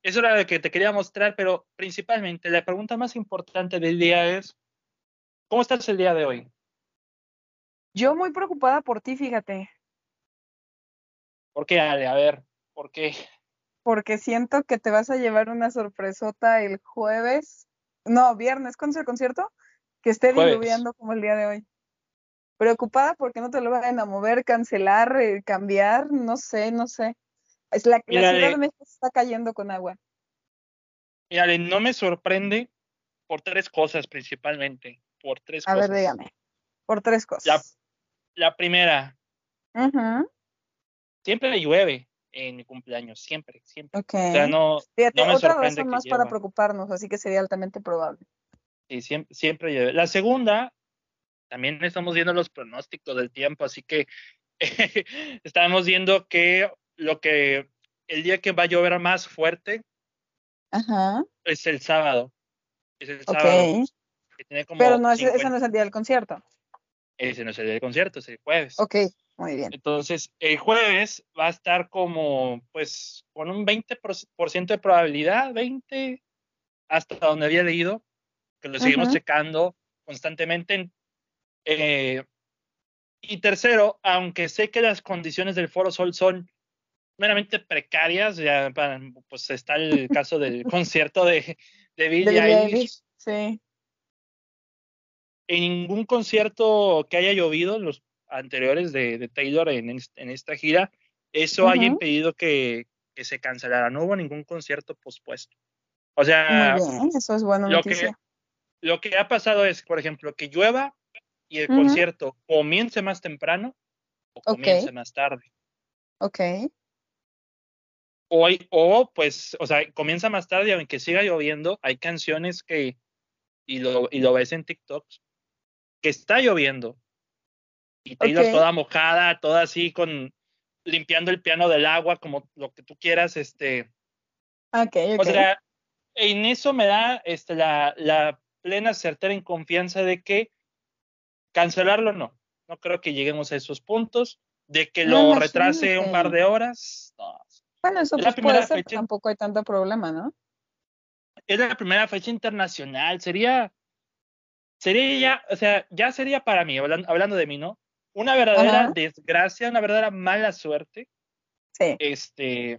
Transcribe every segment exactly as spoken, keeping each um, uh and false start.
eso era lo que te quería mostrar, pero principalmente la pregunta más importante del día es, ¿cómo estás el día de hoy? Yo muy preocupada por ti, fíjate, ¿Por qué, Ale? A ver, ¿por qué? porque siento que te vas a llevar una sorpresota el jueves, no, viernes, ¿cuándo es el concierto? Que esté Jueves. diluviando como el día de hoy. Preocupada porque no te lo vayan a mover, cancelar, eh, cambiar, no sé, no sé. Es la, la Ciudad de Mírale, México se está cayendo con agua. mírale, no me sorprende por tres cosas principalmente, por tres A ver, cosas. dígame, por tres La, cosas. la primera, Ujú, siempre llueve en mi cumpleaños, siempre, siempre. ok. O sea, no, no Fíjate, me otra sorprende razón que más para llueva. preocuparnos, así que sería altamente probable. Sí, siempre, siempre llueve. La segunda, también estamos viendo los pronósticos del tiempo, así que estamos viendo que lo que el día que va a llover más fuerte Ajá, es el sábado, es el ok. sábado, que tiene Pero como no, ese, ese no cincuenta, es el día del concierto. ese no es el día del concierto, es el jueves. Ok, muy bien. Entonces, el jueves va a estar como, pues, con un veinte por ciento de probabilidad, veinte, hasta donde había leído, que lo seguimos Ujú, checando constantemente. Eh, y tercero, aunque sé que las condiciones del Foro Sol son meramente precarias, ya para- pues está el caso del concierto de, de de Billie Billie Eilish. Eilish, sí. En ningún concierto que haya llovido, los anteriores de, de Taylor en, en, esta gira, eso haya Ujú, impedido que, que se cancelara. No hubo ningún concierto pospuesto. O muy sea, bien, eso es buena lo que, noticia. lo que ha pasado es, por ejemplo, que llueva y el Ujú, concierto comience más temprano o ok, comience más tarde. ok, O, hay- o pues, o sea, comienza más tarde, y aunque siga lloviendo, hay canciones que, y lo, y lo ves en TikTok, que está lloviendo y ok, Taylor toda mojada, toda así con limpiando el piano del agua, como lo que tú quieras, este, ok, o ok. sea, en eso me da este, la, la plena certera en confianza de que cancelarlo no, no creo que lleguemos a esos puntos, de que No, lo retrase un par imagínate. de horas, no. Bueno, eso Es la pues puede primera ser, pues fecha, tampoco hay tanto problema, ¿no? es la primera fecha internacional, sería sería ya, o sea, ya sería para mí, hablando, hablando de mí, ¿no? Una verdadera Ajá, desgracia, una verdadera mala suerte. sí, Este,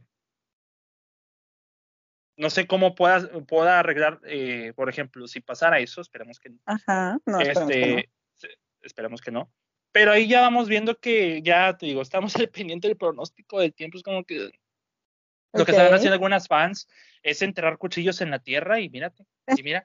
no sé cómo pueda, pueda arreglar, eh, por ejemplo, si pasara eso, esperemos que, ajá, no, esperemos que no. este, esperemos que no. Pero ahí ya vamos viendo que ya, te digo, estamos al pendiente del pronóstico del tiempo, es como que lo que Ok. están haciendo algunas fans es enterrar cuchillos en la tierra y mírate, y mira.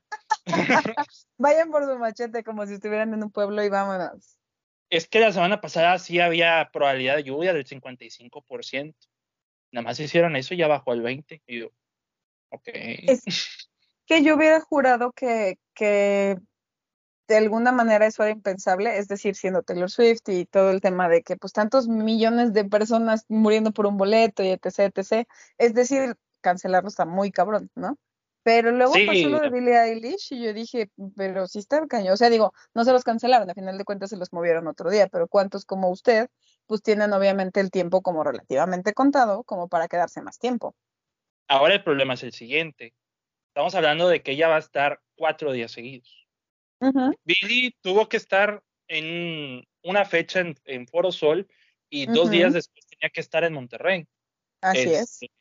Vayan por su machete como si estuvieran en un pueblo y vámonos. Es que la semana pasada sí había probabilidad de lluvia del cincuenta y cinco por ciento. Nada más hicieron eso y ya bajó al veinte. Y yo, ok. Es que yo hubiera jurado que, que de alguna manera eso era impensable, es decir, siendo Taylor Swift y todo el tema de que pues tantos millones de personas muriendo por un boleto y etc, etcétera. Es decir, cancelarlo está muy cabrón, ¿no? Pero luego pasó Sí, lo de Billie Eilish y yo dije, pero sí está cañón. O sea, digo, no se los cancelaron, a final de cuentas se los movieron otro día, pero ¿cuántos como usted, pues tienen obviamente el tiempo como relativamente contado, como para quedarse más tiempo? ahora el problema es el siguiente. Estamos hablando de que ella va a estar cuatro días seguidos. Ujú, Billy tuvo que estar en una fecha en, en Foro Sol y dos días ujú, después tenía que estar en Monterrey. así es. Este,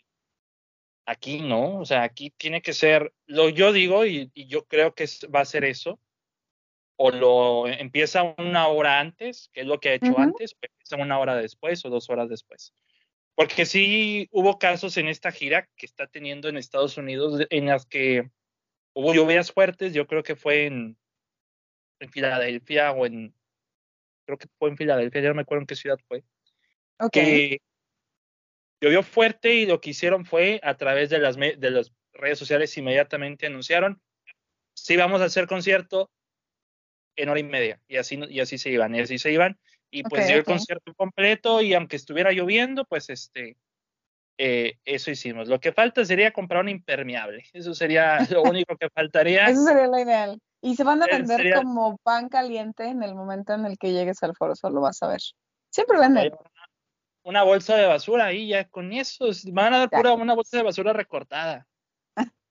aquí no, o sea, aquí tiene que ser, lo yo digo y, y yo creo que es- va a ser eso, o lo empieza una hora antes, que es lo que ha hecho Ujú, antes, o empieza una hora después o dos horas después. Porque sí hubo casos en esta gira que está teniendo en Estados Unidos en las que hubo lluvias fuertes, yo creo que fue en, en Filadelfia o en, creo que fue en Filadelfia, ya no me acuerdo en qué ciudad fue, ok, que llovió fuerte y lo que hicieron fue a través de las, de las redes sociales inmediatamente anunciaron, sí vamos a hacer concierto en hora y media, y así, y así se iban, y así se iban, y ok, pues dio el ok. concierto completo y aunque estuviera lloviendo, pues este, eh, eso hicimos. Lo que falta sería comprar un impermeable. Eso sería lo único que faltaría. Eso sería lo ideal. Y se van a Eh, vender sería como pan caliente en el momento en el que llegues al Foro Sol, lo vas a ver. Siempre voy a venden. llevar una bolsa de basura y ya con eso van a dar Ya. pura una bolsa de basura recortada.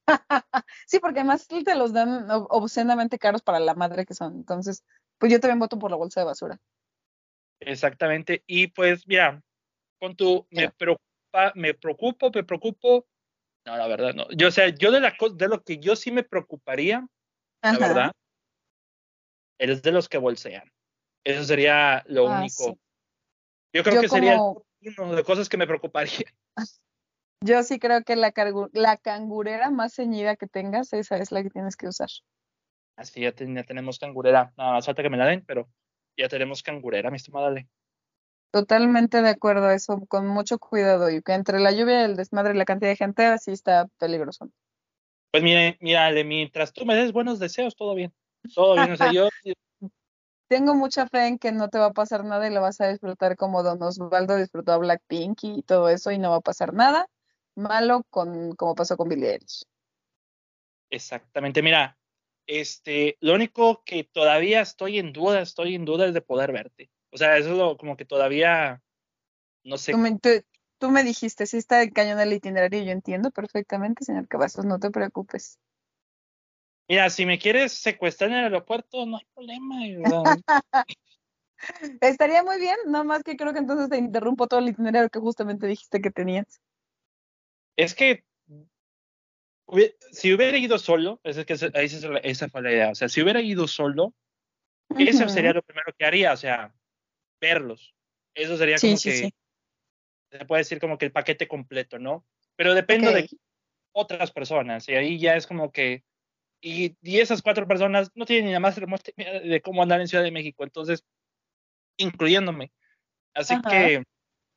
Sí, porque además te los dan ob- obscenamente caros para la madre que son. Entonces, pues yo también voto por la bolsa de basura. Exactamente. Y pues, mira, con tu, me Mira. preocupa, me preocupo, me preocupo. No, la verdad, no. Yo, o sea, yo de, la, co- de lo que yo sí me preocuparía, la Ajá. verdad, es de los que bolsean. Eso sería lo Ah, sí. único. Yo creo Yo que sería el como, top uno de cosas que me preocuparía. yo sí creo que la, cargu- la cangurera más ceñida que tengas, esa es la que tienes que usar. Así ya, ten- ya tenemos cangurera. Nada más falta que me la den, pero ya tenemos cangurera, mi estimada Ale. Totalmente de acuerdo a eso, con mucho cuidado. Y que entre la lluvia, el desmadre y la cantidad de gente, así está peligroso. Pues mire, mira, Ale, mientras tú me des buenos deseos, todo bien. Todo bien, o sea, yo, Tengo mucha fe en que no te va a pasar nada y lo vas a disfrutar como Don Osvaldo disfrutó a Blackpink y todo eso y no va a pasar nada malo con como pasó con Billie Eilish. exactamente, mira, este, lo único que todavía estoy en duda, estoy en duda es de poder verte. O sea, eso es lo, como que todavía, no Tú sé. me, tú, tú me dijiste, sí está cañón el itinerario, yo entiendo perfectamente, señor Cavazos, no te preocupes. Mira, si me quieres secuestrar en el aeropuerto, no hay problema. ¿Verdad? Estaría muy bien, no más que creo que entonces te interrumpo todo el itinerario que justamente dijiste que tenías. Es que hubi- si hubiera ido solo, es que esa, esa esa fue la idea. O sea, si hubiera ido solo, eso sería Ujú. lo primero que haría, o sea, verlos. Eso sería Sí, como sí, que, sí. se puede decir como que el paquete completo, ¿no? Pero dependo Ok. de otras personas, y ahí ya es como que, y, y esas cuatro personas no tienen ni la más remota idea de cómo andar en Ciudad de México, entonces, incluyéndome. Así Ajá. que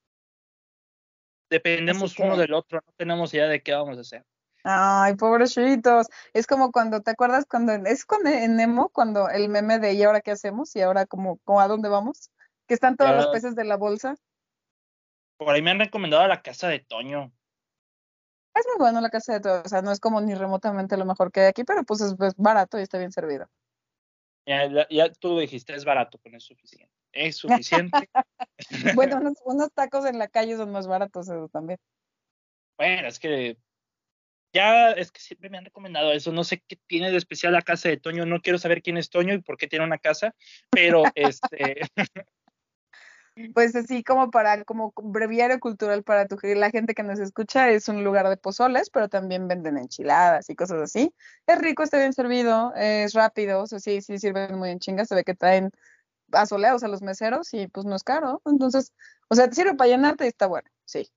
Así dependemos uno que del otro, no tenemos idea de qué vamos a hacer. ay, pobrecitos. Es como cuando, ¿te acuerdas cuando, es cuando en Nemo, cuando el meme de ¿y ahora qué hacemos? Y ahora como, como ¿a dónde vamos? Que están Y todos los ahora, peces de la bolsa. por ahí me han recomendado la casa de Toño. Es muy bueno la casa de todos, o sea, no es como ni remotamente lo mejor que hay aquí, pero pues es, es barato y está bien servido. Ya, ya, ya tú dijiste, es barato, con es suficiente. Es suficiente. Bueno, unos, unos tacos en la calle son más baratos, eso también. Bueno, es que ya, es que siempre me han recomendado eso. No sé qué tiene de especial la casa de Toño. No quiero saber quién es Toño y por qué tiene una casa, pero este, Pues así como para, como breviario cultural para tu, la gente que nos escucha, es un lugar de pozoles, pero también venden enchiladas y cosas así. Es rico, está bien servido, es rápido, o sea, sí, sí sirven muy en chingas, se ve que traen asoleados a los meseros y pues no es caro. Entonces, o sea, te sirve para llenarte y está bueno, sí.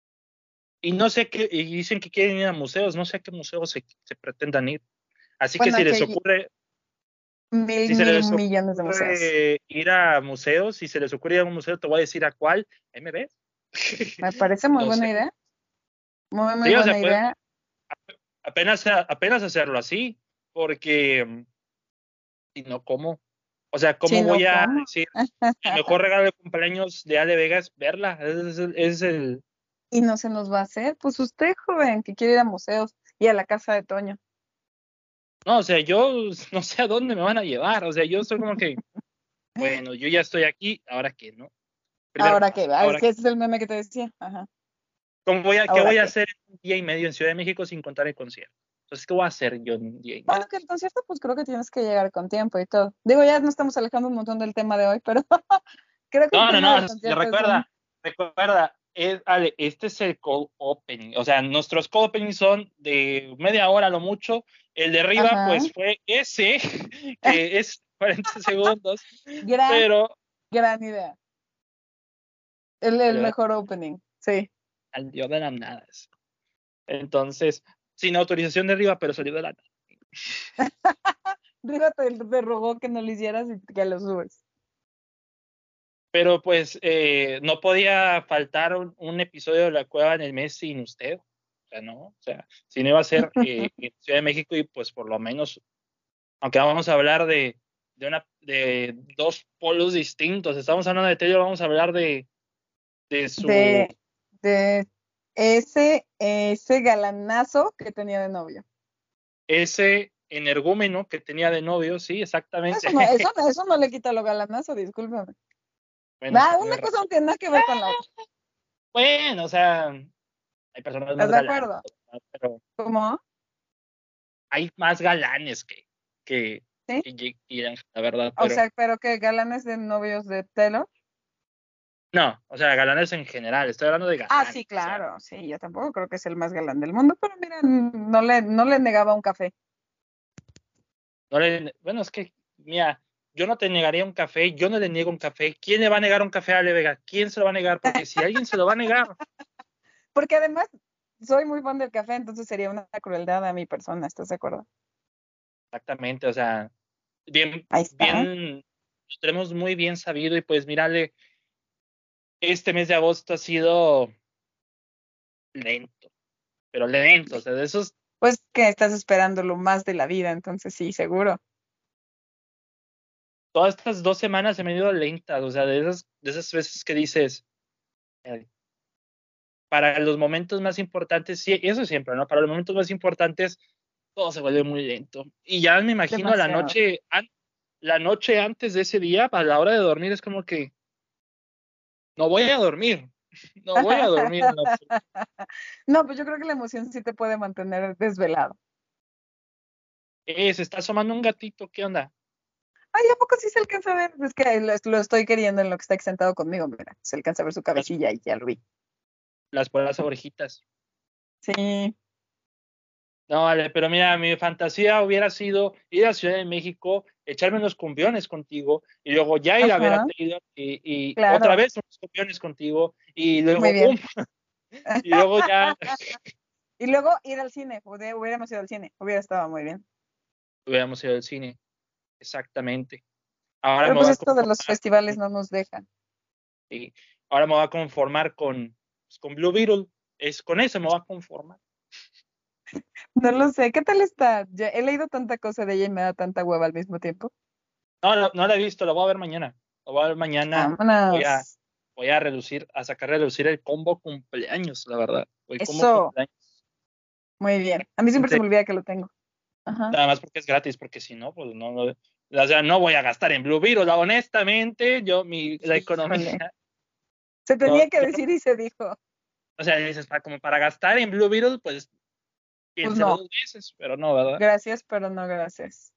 y no sé qué, y dicen que quieren ir a museos, no sé a qué museos se, se pretendan ir. Así que Bueno, si aquí les hay ocurre, mil, si se mil les millones de museos. ocurre ir a museos, si se les ocurre ir a un museo, te voy a decir a cuál. ¿Ahí me ves? Me parece muy No sé. buena idea, muy, muy Sí, o sea, buena pueden idea. apenas, apenas hacerlo así, porque si no, ¿cómo? O sea, Sí, ¿cómo no, voy a ¿cómo? decir el mejor regalo de cumpleaños de Ale Vega es verla? Es el, es el- Y no se nos va a hacer, pues usted, joven, que quiere ir a museos y a la casa de Toño. No, o sea, yo no sé a dónde me van a llevar. O sea, yo soy como que, bueno, yo ya estoy aquí, ¿ahora qué, no? Primer Ahora qué, paso. va, Ahora, ese es el meme que te decía. Ajá. ¿cómo voy a, ¿qué Ahora voy a qué. hacer en un día y medio en Ciudad de México sin contar el concierto? Entonces, ¿qué voy a hacer yo en un día y medio? Bueno, que el concierto, pues creo que tienes que llegar con tiempo y todo. Digo, ya nos estamos alejando un montón del tema de hoy, pero creo que el No, no, tema del no, concierto es un. recuerda, recuerda, es, Ale, este es el cold opening. O sea, nuestros cold openings son de media hora a lo mucho. El de arriba, Ajá. pues fue ese, que es cuarenta segundos, Gran, pero gran idea. El, el salió de- mejor opening, sí. salió de la nada eso. Entonces, sin autorización de arriba, pero salió de la nada. Riva te, te rogó que no lo hicieras y que lo subes. Pero pues eh, no podía faltar un, un episodio de La Cueva en el mes sin usted. O sea, no, o sea, si no iba a ser eh, en Ciudad de México y pues por lo menos, aunque vamos a hablar de, de, una, de dos polos distintos, estamos hablando de Tello, vamos a hablar de, de su, De, de ese, ese galanazo que tenía de novio. ese energúmeno que tenía de novio, sí, exactamente. Eso no, eso no, eso no le quita lo galanazo, discúlpame. Bueno, sí, Nada, tiene una razón. cosa no tiene nada que ver con la otra. Bueno, o sea, hay personas más ¿Estás de galantes, acuerdo? ¿no? Pero ¿Cómo? hay más galanes que, que, ¿Sí? que Jake Gyllenhaal, la verdad. O Pero, sea, pero que galanes de novios de Taylor. no, o sea, galanes en general, estoy hablando de Ah, galanes. sí, O sea, claro, sí, yo tampoco creo que es el más galán del mundo, pero mira, no le, no le negaba un café. no le, bueno, es que, mira, yo no te negaría un café, yo no le niego un café. ¿Quién le va a negar un café a Ale Vega? ¿Quién se lo va a negar? Porque si alguien se lo va a negar, Porque además soy muy fan del café, entonces sería una crueldad a mi persona, ¿estás de acuerdo? exactamente, o sea, bien, Ahí está. bien, lo tenemos muy bien sabido y pues mírale, este mes de agosto ha sido lento, pero lento, o sea, de esos, Pues que estás esperando lo más de la vida, entonces sí, seguro. todas estas dos semanas se me han ido lentas, o sea, de esas, de esas veces que dices, eh, para los momentos más importantes, sí, eso siempre, ¿no? Para los momentos más importantes, todo se vuelve muy lento. Y ya me imagino la Demasiado. noche, an- la noche antes de ese día, a la hora de dormir, es como que no voy a dormir, no voy a dormir. En absoluto. No, pues yo creo que la emoción sí te puede mantener desvelado. Eh, se está asomando un gatito, ¿qué onda? Ay, ¿a poco sí se alcanza a ver? Es que lo, lo estoy queriendo en lo que está sentado conmigo, mira, se alcanza a ver su Las, cabecilla y ya lo vi. las puras orejitas. Sí, No, vale, pero mira, mi fantasía hubiera sido ir a Ciudad de México, echarme unos cumbiones contigo y luego ya ir a ver a ajá, Taylor y, y otra claro, vez unos cumbiones contigo y muy luego, bien. ¡pum! Y luego ya Y luego ir al cine, hubiera- hubiéramos ido al cine, hubiera estado muy bien. hubiéramos ido al cine. Exactamente. Ahora Pero me pues voy a esto de los conformar festivales con, no nos dejan. sí, ahora me voy a conformar con, pues, con Blue Beetle. Es, con eso me voy a conformar. No lo sé, ¿qué tal está? Ya he leído tanta cosa de ella y me da tanta hueva al mismo tiempo. No, no, no la he visto, la voy a ver mañana. La voy a ver mañana. Voy a, Vámonos. voy a reducir, a sacar reducir el combo cumpleaños, la verdad. El combo Eso, cumpleaños. muy bien. A mí siempre se Entonces, me olvida que lo tengo. Ajá. nada más porque es gratis, porque si no, pues no, no, o sea, no voy a gastar en Blue Beetle. Honestamente, yo, mi, la economía, Híjole. Se no, tenía que yo, decir y se dijo. o sea, dices, para, como para gastar en Blue Beetle, pues Pues piénselo no, dos veces, pero no, ¿verdad? gracias, pero no gracias.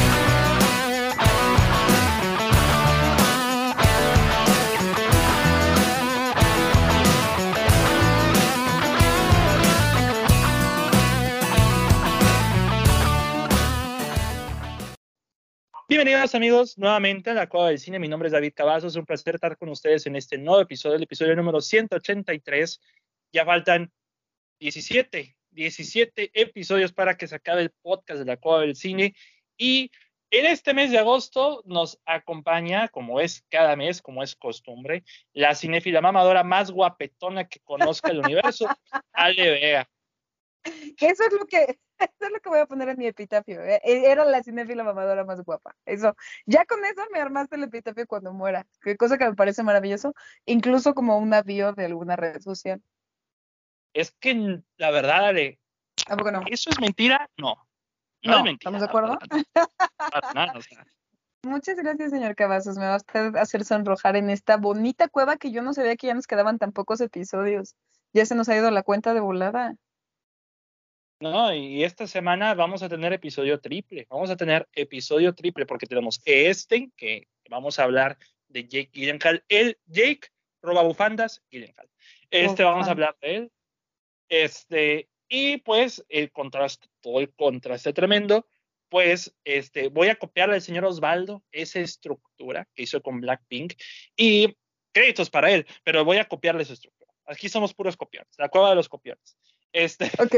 Bienvenidos amigos nuevamente a la Cueva del Cine. Mi nombre es David Cavazos. Es un placer estar con ustedes en este nuevo episodio, el episodio número ciento ochenta y tres. Ya faltan diecisiete, diecisiete episodios para que se acabe el podcast de la Cueva del Cine. Y en este mes de agosto nos acompaña, como es cada mes, como es costumbre, la cinéfila mamadora más guapetona que conozca el universo, Ale Vega. Eso es lo que, eso es lo que voy a poner en mi epitafio. eh. Era la cinéfila mamadora más guapa. Eso, ya con eso me armaste el epitafio cuando muera. Qué cosa que me parece maravilloso, incluso como una bio de alguna red social. Es que la verdad, Ale, ¿A poco no? ¿eso es mentira? No, no es No, mentira, ¿estamos de la verdad, acuerdo? no. Para nada, o sea, Muchas gracias, señor Cavazos. Me va a usted hacer sonrojar en esta bonita cueva que yo no sabía que ya nos quedaban tan pocos episodios. Ya se nos ha ido la cuenta de volada. no, y esta semana vamos a tener episodio triple. Vamos a tener episodio triple porque tenemos este, que vamos a hablar de Jake Gyllenhaal. El Jake Robabufandas Gyllenhaal. Este vamos a Ufan. hablar de él. Este, y pues el contraste, todo el contraste tremendo. Pues este, voy a copiarle al señor Osvaldo esa estructura que hizo con Blackpink y créditos para él, pero voy a copiarle esa estructura. Aquí somos puros copiones, la cueva de los copiones. Este, Ok,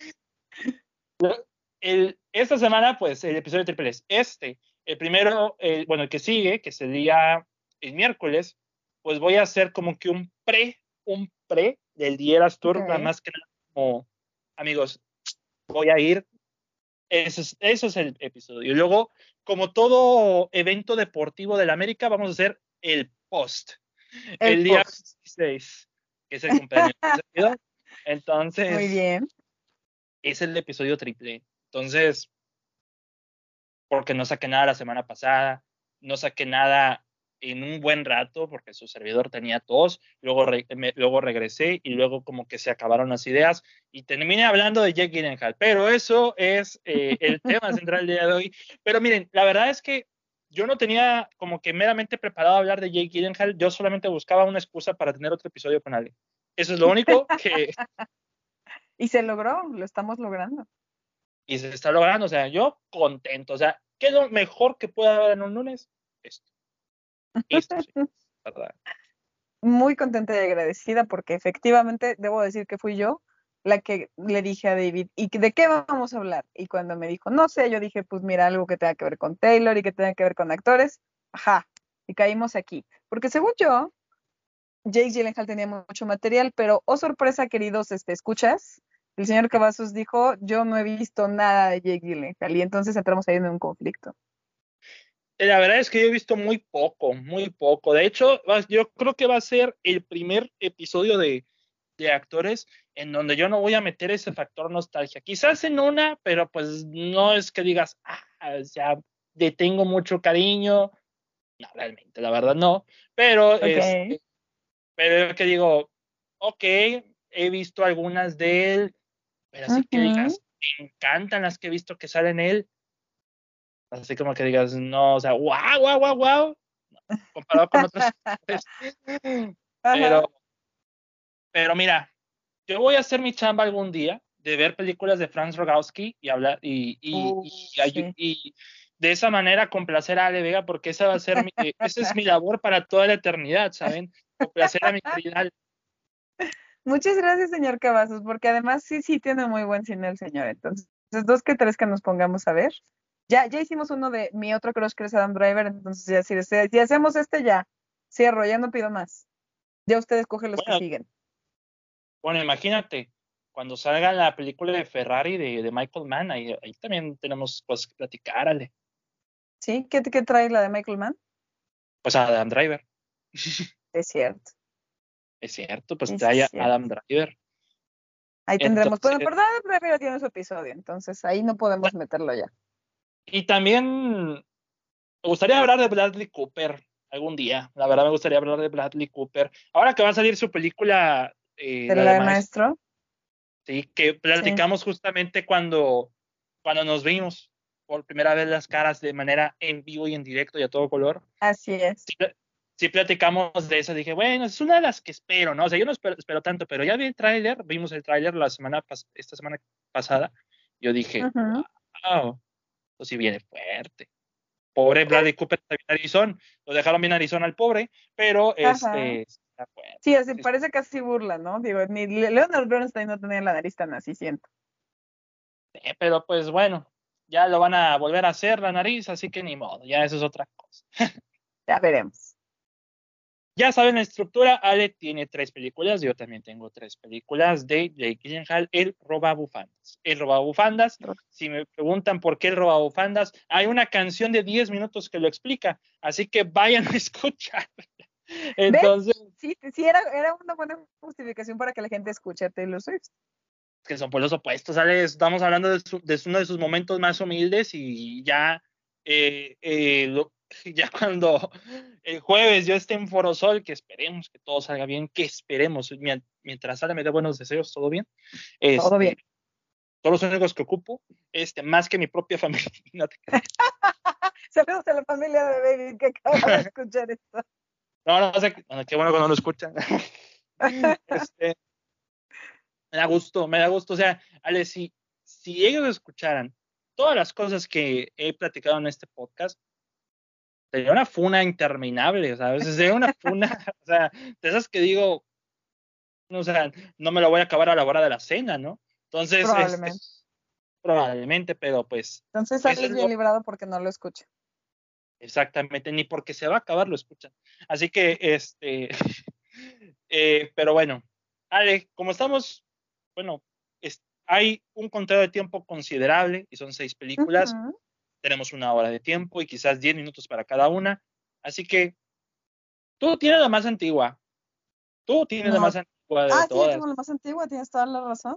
el, esta semana, pues, el episodio triple es este. El primero, eh, bueno, el que sigue, que sería el miércoles, pues voy a hacer como que un pre, un pre del Dieras Tour, nada ok. más que nada como, amigos, voy a ir. Eso es, eso es el episodio. Y luego, como todo evento deportivo de la América, vamos a hacer el post, El el día post. dieciséis, que es el cumpleaños de servidor. Muy Entonces, bien. es el episodio triple. Entonces, porque no saqué nada la semana pasada, no saqué nada en un buen rato porque su servidor tenía tos, luego, re, me, luego regresé y luego como que se acabaron las ideas y terminé hablando de Jake Gyllenhaal, pero eso es eh, el tema central del día de hoy. Pero miren, la verdad es que yo no tenía como que meramente preparado hablar de Jake Gyllenhaal, yo solamente buscaba una excusa para tener otro episodio con Ale. Eso es lo único que... Y se logró, lo estamos logrando. Y se está logrando, o sea, yo contento, o sea, ¿qué es lo mejor que pueda haber en un lunes? Esto. Esto sí, verdad. Muy contenta y agradecida porque efectivamente debo decir que fui yo la que le dije a David, ¿y de qué vamos a hablar? Y cuando me dijo, no sé, yo dije, pues mira, algo que tenga que ver con Taylor y que tenga que ver con actores, ajá, y caímos aquí. Porque según yo, Jake Gyllenhaal tenía mucho material, pero, oh sorpresa, queridos, este, ¿escuchas? El señor Cavazos dijo, yo no he visto nada de Jake Gyllenhaal, y entonces entramos ahí en un conflicto. La verdad es que yo he visto muy poco, muy poco. De hecho, yo creo que va a ser el primer episodio de, de actores en donde yo no voy a meter ese factor nostalgia. Quizás en una, pero pues no es que digas, ah, o sea, le tengo mucho cariño. No, realmente, la verdad no. Pero Ok. es, pero es que digo, ok, he visto algunas de él, pero así que Uh-huh. digas, me encantan las que he visto que salen él. Así como que digas, no, o sea, wow, wow, wow, wow, comparado con otras. Ajá. Pero, pero mira, yo voy a hacer mi chamba algún día de ver películas de Franz Rogowski y hablar y, y, Uh, y, sí. y de esa manera complacer a Ale Vega, porque esa va a ser mi, esa es mi labor para toda la eternidad, ¿saben? Complacer a mi querida Ale. Muchas gracias, señor Cavazos, porque además sí, sí tiene muy buen cine el señor. Entonces, dos que tres que nos pongamos a ver. Ya, ya hicimos uno de mi otro crush que es Adam Driver, entonces ya si, si hacemos este ya, cierro, ya no pido más. Ya ustedes cogen los que Bueno, siguen. bueno, imagínate, cuando salga la película de Ferrari de, de Michael Mann, ahí, ahí también tenemos cosas que platicar, Ale. ¿Sí? ¿Qué, qué trae la de Michael Mann? Pues Adam Driver. Es cierto. Es cierto, pues Sí, sí, trae es a cierto. Adam Driver. Ahí tendremos. Bueno, Entonces, pero Adam Driver tiene su episodio, entonces ahí no podemos meterlo ya. y también me gustaría hablar de Bradley Cooper algún día. La verdad me gustaría hablar de Bradley Cooper. Ahora que va a salir su película, eh, la ¿El de de Maestro, maestro? sí, que Sí. platicamos justamente cuando, cuando nos vimos por primera vez las caras de manera en vivo y en directo y a todo color. Así es. Sí, sí platicamos de eso. Dije, bueno, es una de las que espero, ¿no? O sea, yo no espero, espero tanto, pero ya vi el tráiler, vimos el tráiler la semana, esta semana pasada. Yo dije, Uh-huh. wow, esto sí viene fuerte. Pobre Bradley Cooper está bien Arizona, lo dejaron bien Arizona al pobre, pero Ajá. este está fuerte. Sí, así Sí, parece casi burla, ¿no? Digo, ni Leonard Bernstein no tenía la nariz tan así, siento. sí, pero pues bueno, ya lo van a volver a hacer la nariz, así que ni modo, ya eso es otra cosa. Ya veremos. Ya saben la estructura, Ale tiene tres películas, yo también tengo tres películas de Jake Gyllenhaal, El Robabufandas. El Robabufandas, si me preguntan por qué El Robabufandas, hay una canción de diez minutos que lo explica, así que vayan a escuchar. ¿Ves? Entonces, Sí, sí era, era una buena justificación para que la gente escuche a Taylor Swift. que son por los opuestos, ¿sale? Estamos hablando de, su, de, uno de sus momentos más humildes y ya, eh, eh, lo, ya cuando el jueves yo esté en Forosol, que esperemos que todo salga bien, que esperemos, mientras sale me dé buenos deseos, todo bien. Todo bien. Este, todos los únicos que ocupo, este, más que mi propia familia. No te creas. Saludos a la familia de David que acaba de escuchar esto. No, no, no sé, bueno, qué bueno que no lo escuchan. Este, me da gusto, me da gusto. O sea, Ale, si, si ellos escucharan todas las cosas que he platicado en este podcast, sería una funa interminable, ¿sabes? Sería una funa, o sea, de esas que digo, o sea, no me lo voy a acabar a la hora de la cena, ¿no? Entonces, este, Probablemente. probablemente, pero pues, Entonces eso es sales bien lo, librado porque no lo escucho. exactamente, ni porque se va a acabar lo escuchan. Así que, este, eh, pero bueno, Ale, como estamos, bueno, es, hay un conteo de tiempo considerable y son seis películas. Uh-huh. Tenemos una hora de tiempo y quizás diez minutos para cada una. Así que tú tienes la más antigua. Tú tienes la No. más antigua de Ah, sí, yo todas. tengo la más antigua, tienes toda la razón.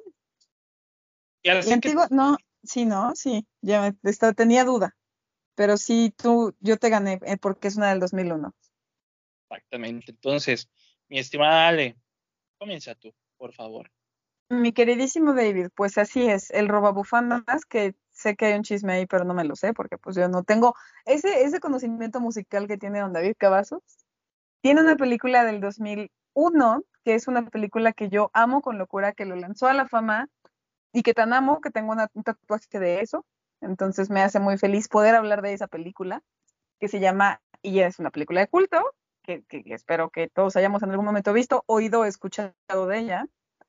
Y Y así que, antigua, no, sí, no, sí, ya me, esta- tenía duda, pero sí, tú, yo te gané eh, porque es una del dos mil uno. Exactamente. Entonces, mi estimada Ale, comienza tú, por favor. Mi queridísimo David, pues así es, el robabufandas, que sé que hay un chisme ahí, pero no me lo sé, porque pues yo no tengo ese, ese conocimiento musical que tiene don David Cavazos. Tiene una película del dos mil uno, que es una película que yo amo con locura, que lo lanzó a la fama y que tan amo que tengo una, un tatuaje de eso. Entonces me hace muy feliz poder hablar de esa película, que se llama, y ya es una película de culto, que, que espero que todos hayamos en algún momento visto, oído, escuchado de ella,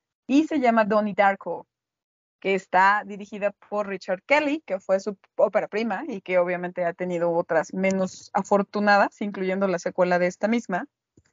y se llama Donnie Darko, que está dirigida por Richard Kelly, que fue su ópera prima y que obviamente ha tenido otras menos afortunadas, incluyendo la secuela de esta misma.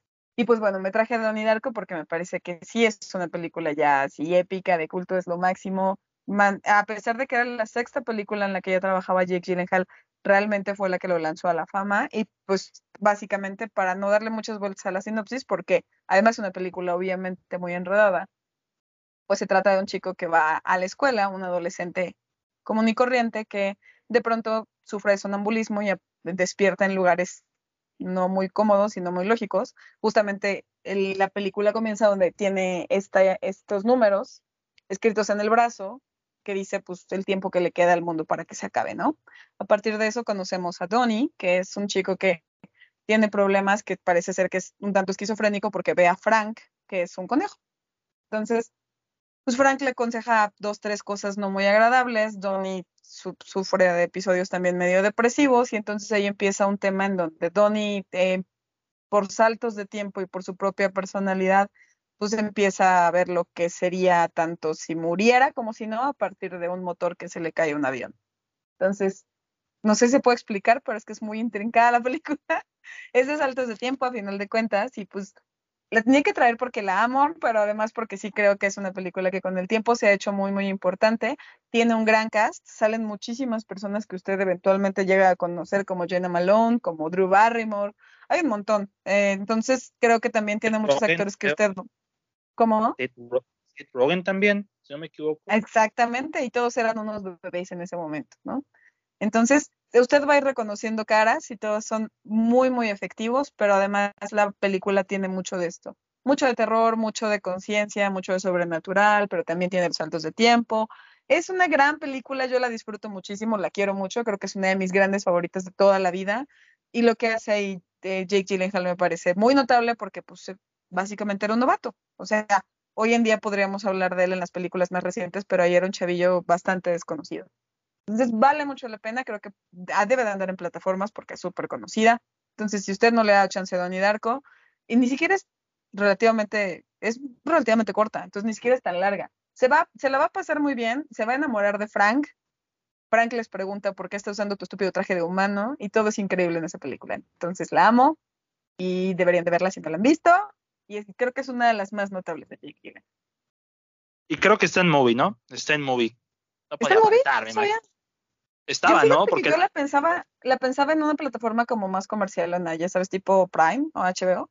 Y pues bueno, me traje a Donnie Darko porque me parece que sí es una película ya así épica, de culto, es lo máximo. Man, a pesar de que era la sexta película en la que ya trabajaba Jake Gyllenhaal, realmente fue la que lo lanzó a la fama. Y pues básicamente para no darle muchas vueltas a la sinopsis, porque además es una película obviamente muy enredada, pues se trata de un chico que va a la escuela, un adolescente común y corriente que de pronto sufre de sonambulismo y despierta en lugares no muy cómodos y no muy lógicos. Justamente el, la película comienza donde tiene esta, estos números escritos en el brazo que dice pues el tiempo que le queda al mundo para que se acabe, ¿no? A partir de eso conocemos a Donnie, que es un chico que tiene problemas, que parece ser que es un tanto esquizofrénico porque ve a Frank, que es un conejo. Entonces, pues Frank le aconseja dos, tres cosas no muy agradables. Donnie su sufre de episodios también medio depresivos y entonces ahí empieza un tema en donde Donnie, eh, por saltos de tiempo y por su propia personalidad, pues empieza a ver lo que sería tanto si muriera como si no, a partir de un motor que se le cae a un avión. Entonces, no sé si se puede explicar, pero es que es muy intrincada la película. Es de saltos de tiempo a final de cuentas y pues la tenía que traer porque la amo, pero además porque sí creo que es una película que con el tiempo se ha hecho muy, muy importante. Tiene un gran cast, salen muchísimas personas que usted eventualmente llega a conocer, como Jenna Malone, como Drew Barrymore, hay un montón. Eh, entonces creo que también Seth tiene muchos Rogen, actores que creo. usted, ¿cómo? Seth Ro- Seth Rogen también, si no me equivoco. Exactamente, y todos eran unos bebés en ese momento, ¿no? Entonces, usted va a ir reconociendo caras y todos son muy, muy efectivos, pero además la película tiene mucho de esto. Mucho de terror, mucho de conciencia, mucho de sobrenatural, pero también tiene los saltos de tiempo. Es una gran película, yo la disfruto muchísimo, la quiero mucho, creo que es una de mis grandes favoritas de toda la vida. Y lo que hace ahí eh, Jake Gyllenhaal me parece muy notable porque pues eh, básicamente era un novato. O sea, hoy en día podríamos hablar de él en las películas más recientes, pero ayer era un chavillo bastante desconocido. Entonces vale mucho la pena, creo que debe de andar en plataformas porque es súper conocida. Entonces, si usted no le da chance a Donnie Darko, y ni siquiera es relativamente, es relativamente corta, entonces ni siquiera es tan larga. Se va, se la va a pasar muy bien, se va a enamorar de Frank. Frank les pregunta por qué está usando tu estúpido traje de humano y todo es increíble en esa película. Entonces la amo y deberían de verla si no la han visto. Y es- creo que es una de las más notables de Jake Gyllenhaal. Y creo que está en Movie, ¿no? Está en Movie. No ¿Está en podía móvil? faltar, No me sabía. imagino. Yo Estaba, ¿no? fíjate que Porque yo la pensaba, la pensaba en una plataforma como más comercial, Ana, ya sabes, tipo Prime o H B O.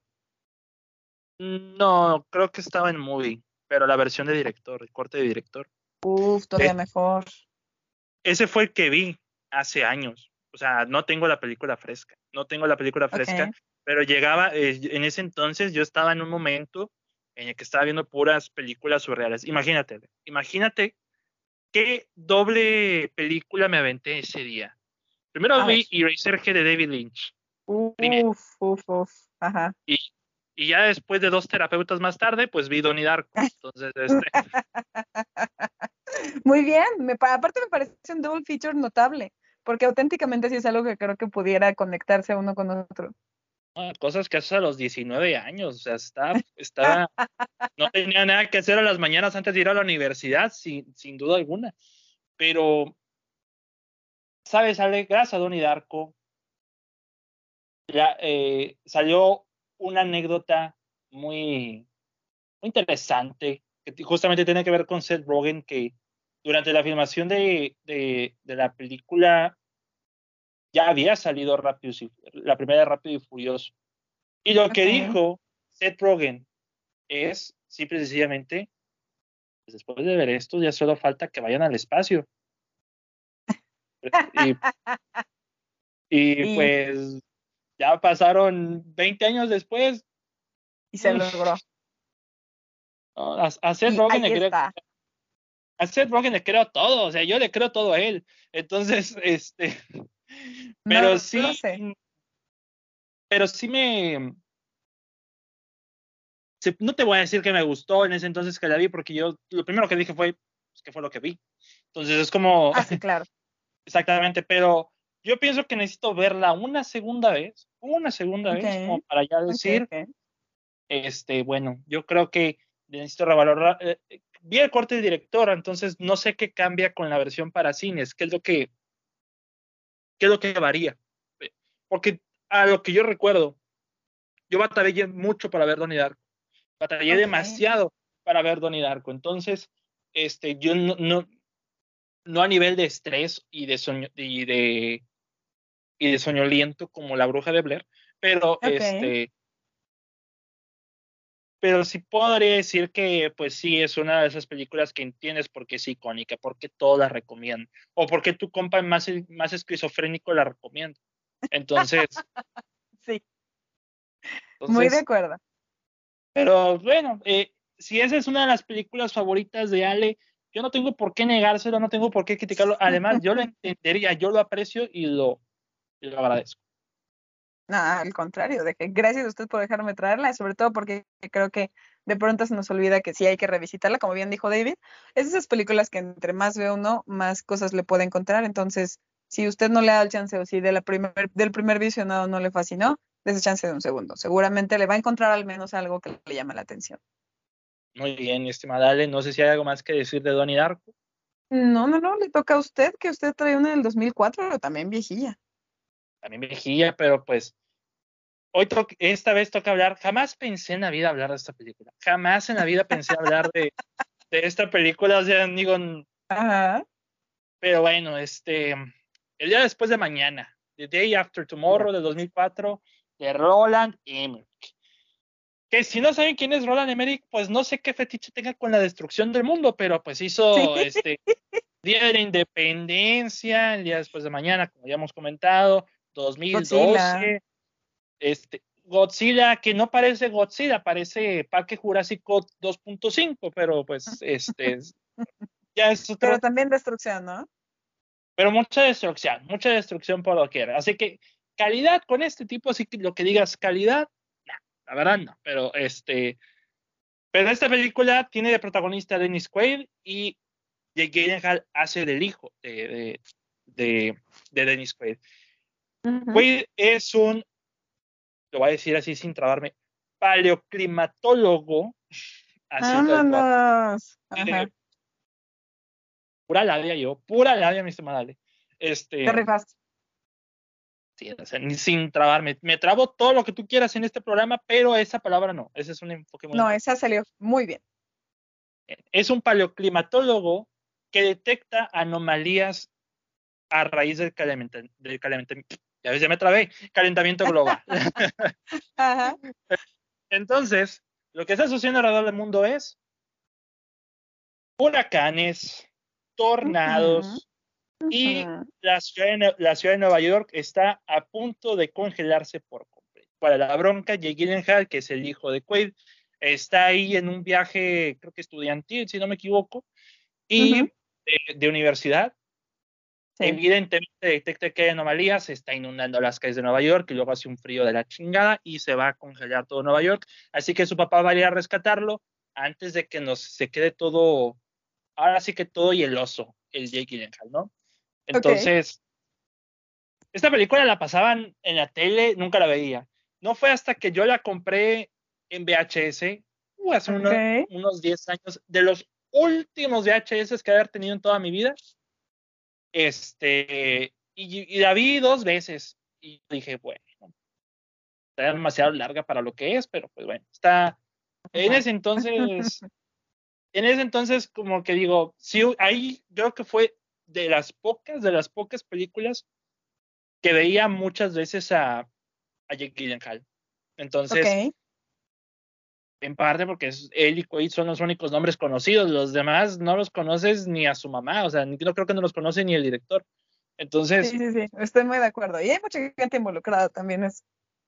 no, creo que estaba en Movie, pero la versión de director, el corte de director. Uf, todavía Es- mejor. ese fue el que vi hace años. O sea, no tengo la película fresca, no tengo la película fresca, Ok. pero llegaba, eh, en ese entonces yo estaba en un momento en el que estaba viendo puras películas surreales. Imagínate, imagínate qué doble película me aventé ese día. Primero A ver. vi Eraserhead de David Lynch, primero, Uf, uf, uf. Ajá. y, y ya después de dos terapeutas más tarde, pues vi Donnie Darko. Entonces, este, Muy bien. Me, pa- aparte me parece un double feature notable, porque auténticamente sí es algo que creo que pudiera conectarse uno con otro. ah, cosas que haces a los diecinueve años, o sea, está, estaba, no tenía nada que hacer a las mañanas antes de ir a la universidad, sin, sin duda alguna. Pero, ¿sabes, Ale? Gracias a Donnie Darko, ya, eh, salió una anécdota muy, muy interesante, que justamente tiene que ver con Seth Rogen, que durante la filmación de, de, de la película ya había salido Rápido y, la primera de Rápido y Furioso. Y lo que Ok. dijo Seth Rogen es, simple y sencillamente, pues después de ver esto, ya solo falta que vayan al espacio. Y, y Y pues ya pasaron veinte años después. Y se logró. No, a, a Seth Y Rogen ahí le creo, está. a Seth Rogen le creo todo, o sea, yo le creo todo a él. Entonces, este, pero No lo sí, sé. pero sí me, se- no te voy a decir que me gustó en ese entonces que la vi, porque yo lo primero que dije fue, pues, ¿qué fue lo que vi? Entonces es como, Ah, sí, claro. exactamente, pero yo pienso que necesito verla una segunda vez, una segunda vez, como Ok, para ya ok, decir, ok. este, bueno, yo creo que necesito revalorar. Eh, eh, vi el corte del director, entonces no sé qué cambia con la versión para cines, qué es lo que, qué es lo que varía. Eh, Porque a lo que yo recuerdo, yo batallé mucho para ver Donnie Darko, batallé Ok. demasiado para ver Donnie Darko, entonces, este, yo no, no, no a nivel de estrés y de sueño, y de, y de soñoliento como La Bruja de Blair, pero Ok. este, pero sí podría decir que, pues sí, es una de esas películas que entiendes por qué es icónica, por qué todos la recomiendan, o por qué tu compa más, más esquizofrénico la recomienda. Entonces, Sí, muy de entonces, acuerdo. pero bueno, eh, si esa es una de las películas favoritas de Ale, yo no tengo por qué negárselo, no tengo por qué criticarlo. Además, yo lo entendería, yo lo aprecio y lo, y lo agradezco. No, al contrario, de que gracias a usted por dejarme traerla, y sobre todo porque creo que de pronto se nos olvida que sí hay que revisitarla, como bien dijo David. Es de esas películas que entre más ve uno, más cosas le puede encontrar. Entonces, si usted no le da el chance o si de la primer, del primer visionado no le fascinó, dése chance de un segundo. Seguramente le va a encontrar al menos algo que le llame la atención. Muy bien, estimada Ale, no sé si hay algo más que decir de Donnie Darko. No, no, no, le toca a usted, que usted trae una del dos mil cuatro, pero también viejilla. También Mejía, pero pues hoy to esta vez toca hablar. Jamás pensé en la vida hablar de esta película. Jamás en la vida pensé hablar de, de esta película. O sea, digo, Ajá. pero bueno, este, el día después de mañana, The Day After Ya. Tomorrow de dos mil cuatro, de Roland Emmerich. Que si no saben quién es Roland Emmerich, pues no sé qué fetiche tenga con la destrucción del mundo, pero pues Sí, hizo este Día de la Independencia, el día después de mañana, como ya hemos comentado, Godzilla. dos mil doce, este, Godzilla, que no parece Godzilla, parece Parque Jurásico dos punto cinco, pero pues este ya es Pero otro, también destrucción, ¿no? pero mucha destrucción, mucha destrucción por doquier. Así que calidad con este tipo, así que lo que digas calidad, no, la verdad no, pero este, pero esta película tiene de protagonista a Dennis Quaid y Jake Gyllenhaal hace del hijo de, de, de, de Dennis Quaid. Ujú. Quaid es un, lo voy a decir así sin trabarme, paleoclimatólogo, así tal cual. Vámonos. Eh, Ajá. pura labia yo, pura labia, mi estimada Ale. Te Este, rifaste. sí, o sea, ni sin trabarme. Me trabo todo lo que tú quieras en este programa, pero esa palabra no. Ese es un enfoque muy No, importante. esa salió muy bien. Es un paleoclimatólogo que detecta anomalías a raíz del calentamiento, del calentamiento, ya ves, ya me trabé, calentamiento global. Ajá. Entonces, lo que está sucediendo alrededor del mundo es huracanes, Ujú, tornados, y ujú. la ciudad, de, la ciudad de Nueva York está a punto de congelarse por completo. Para la bronca, Jake Gyllenhaal, que es el hijo de Quaid, está ahí en un viaje, creo que estudiantil, si no me equivoco, y Ujú. de, de universidad. Sí. Evidentemente detecta que hay anomalías, se está inundando las calles de Nueva York y luego hace un frío de la chingada y se va a congelar todo Nueva York. Así que su papá va a ir a rescatarlo antes de que nos se quede todo, ahora sí que todo hieloso, el Jake Gyllenhaal, ¿no? Ok. Entonces, esta película la pasaban en la tele, nunca la veía. No fue hasta que yo la compré en V H S, uh, hace Ok. uno, unos diez años, de los últimos V H S que haber tenido en toda mi vida. Este, y, y la vi dos veces y dije, bueno, está demasiado larga para lo que es, pero pues bueno, está, en Ajá. ese entonces, en ese entonces como que digo, sí, ahí creo que fue de las pocas, de las pocas películas que veía muchas veces a, a Jake Gyllenhaal. Entonces, Ok. en parte porque es, él y Quaid son los únicos nombres conocidos, los demás no los conoces ni a su mamá, o sea, no creo que no los conoce ni el director. Sí, Entonces, sí, sí. Estoy muy de acuerdo. Y hay mucha gente involucrada también. Es.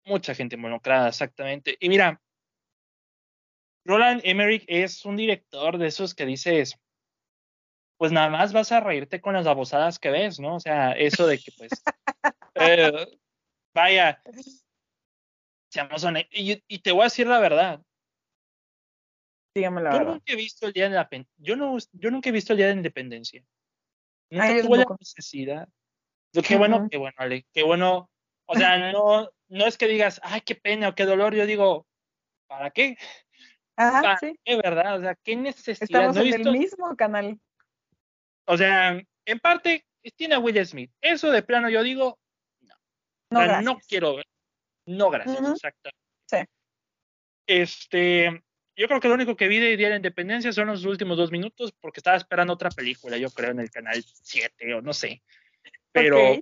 mucha gente involucrada, exactamente. Y mira, Roland Emmerich es un director de esos que dices, pues nada más vas a reírte con las babosadas que ves, ¿no? O sea, eso de que pues, eh, vaya, seamos honestos. Y, y te voy a decir la verdad. Dígame la Yo verdad. nunca he visto el día de la pen- yo no, yo nunca he visto el día de la independencia. Ay, Nunca yo tuve la tampoco. necesidad. Yo, qué Mm, bueno, mm. qué bueno, Ale, qué bueno. O sea, no, no es que digas, ay, qué pena o qué dolor. Yo digo, ¿para qué? Ajá, ¿Para sí. qué, verdad? O sea, qué necesidad. Estamos No he en el visto, mismo canal. o sea, en parte tiene a Will Smith. Eso de plano yo digo, no. O No, sea, no gracias. quiero ver. No, gracias, Ujú, exacto. sí. Este, yo creo que lo único que vi de Día de la Independencia son los últimos dos minutos porque estaba esperando otra película, yo creo, en el canal siete o no sé. Pero, Ok.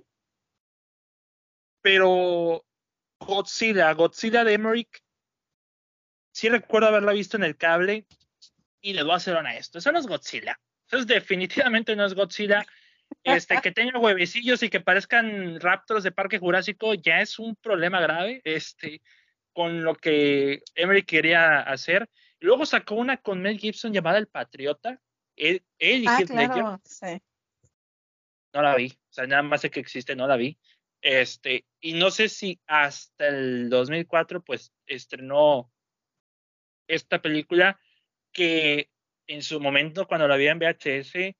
pero Godzilla, Godzilla de Emmerich, sí recuerdo haberla visto en el cable y les voy a ser honesto, eso no es Godzilla. Eso es, definitivamente no es Godzilla. Este, que tenga huevecillos y que parezcan raptors de Parque Jurásico ya es un problema grave, este, con lo que Emmerich quería hacer. Y luego sacó una con Mel Gibson llamada El Patriota, él, él y Ah, Heath Ledger, claro, sí. no la vi, o sea, nada más sé que existe, no la vi. Este, y no sé si hasta el dos mil cuatro pues estrenó esta película que en su momento cuando la vi en V H S,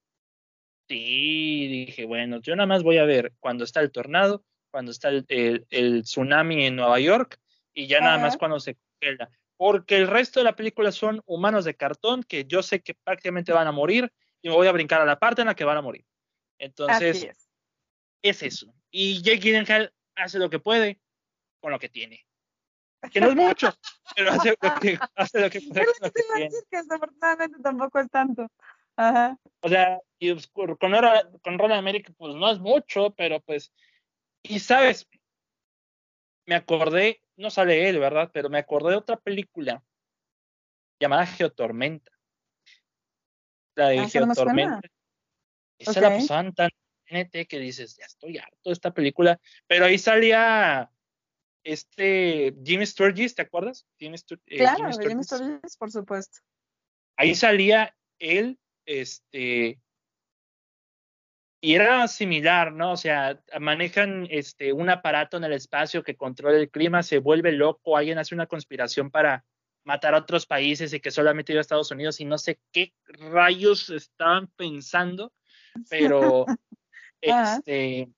sí, dije, bueno, yo nada más voy a ver cuando está el tornado, cuando está el, el, el tsunami en Nueva York y ya nada más Ajá, cuando se congela. Porque el resto de la película son humanos de cartón que yo sé que prácticamente van a morir y me voy a brincar a la parte en la que van a morir. así Entonces, es. es eso. Y Jake Gyllenhaal hace lo que puede con lo que tiene. Que no es mucho, pero hace lo que, hace lo que Es puede con lo lo que te que iba a tiene. decir, que desafortunadamente tampoco es tanto. Ajá. O sea, y pues, con, con Roland America, pues no es mucho, pero pues, y sabes, me acordé, no sale él, ¿verdad? Pero me acordé de otra película llamada Geotormenta. La Ah, de esa no me suena. Geotormenta, esa la Ok. pasaban tan N T que dices, ya estoy harto de esta película. Pero ahí salía este Jimmy Sturgis, ¿te acuerdas? Jimmy, Stur eh, Jimmy Claro, de Jimmy Sturgis. Sturgis, por supuesto. Ahí salía él, este, y era similar, ¿no? O sea, manejan este, un aparato en el espacio que controla el clima, se vuelve loco, alguien hace una conspiración para matar a otros países y que solamente iba a Estados Unidos y no sé qué rayos estaban pensando, pero Ajá, este,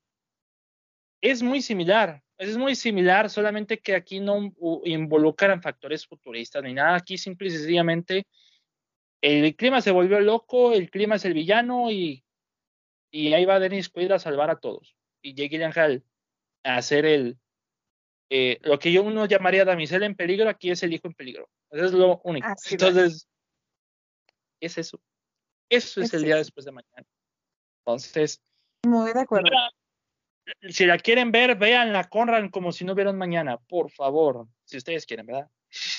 es muy similar, es muy similar, solamente que aquí no involucran factores futuristas ni nada, aquí simple y sencillamente el clima se volvió loco, el clima es el villano y, y ahí va Dennis Quaid a salvar a todos. Y Jake Gyllenhaal a hacer el, eh, lo que yo uno llamaría damisela en peligro, aquí es el hijo en peligro. Eso es lo único. así lo es. Entonces, es eso. Eso es Es el día eso. después de mañana. Entonces, Muy de acuerdo. si la quieren ver, véanla, corran como si no vieran mañana, por favor. Si ustedes quieren, ¿verdad?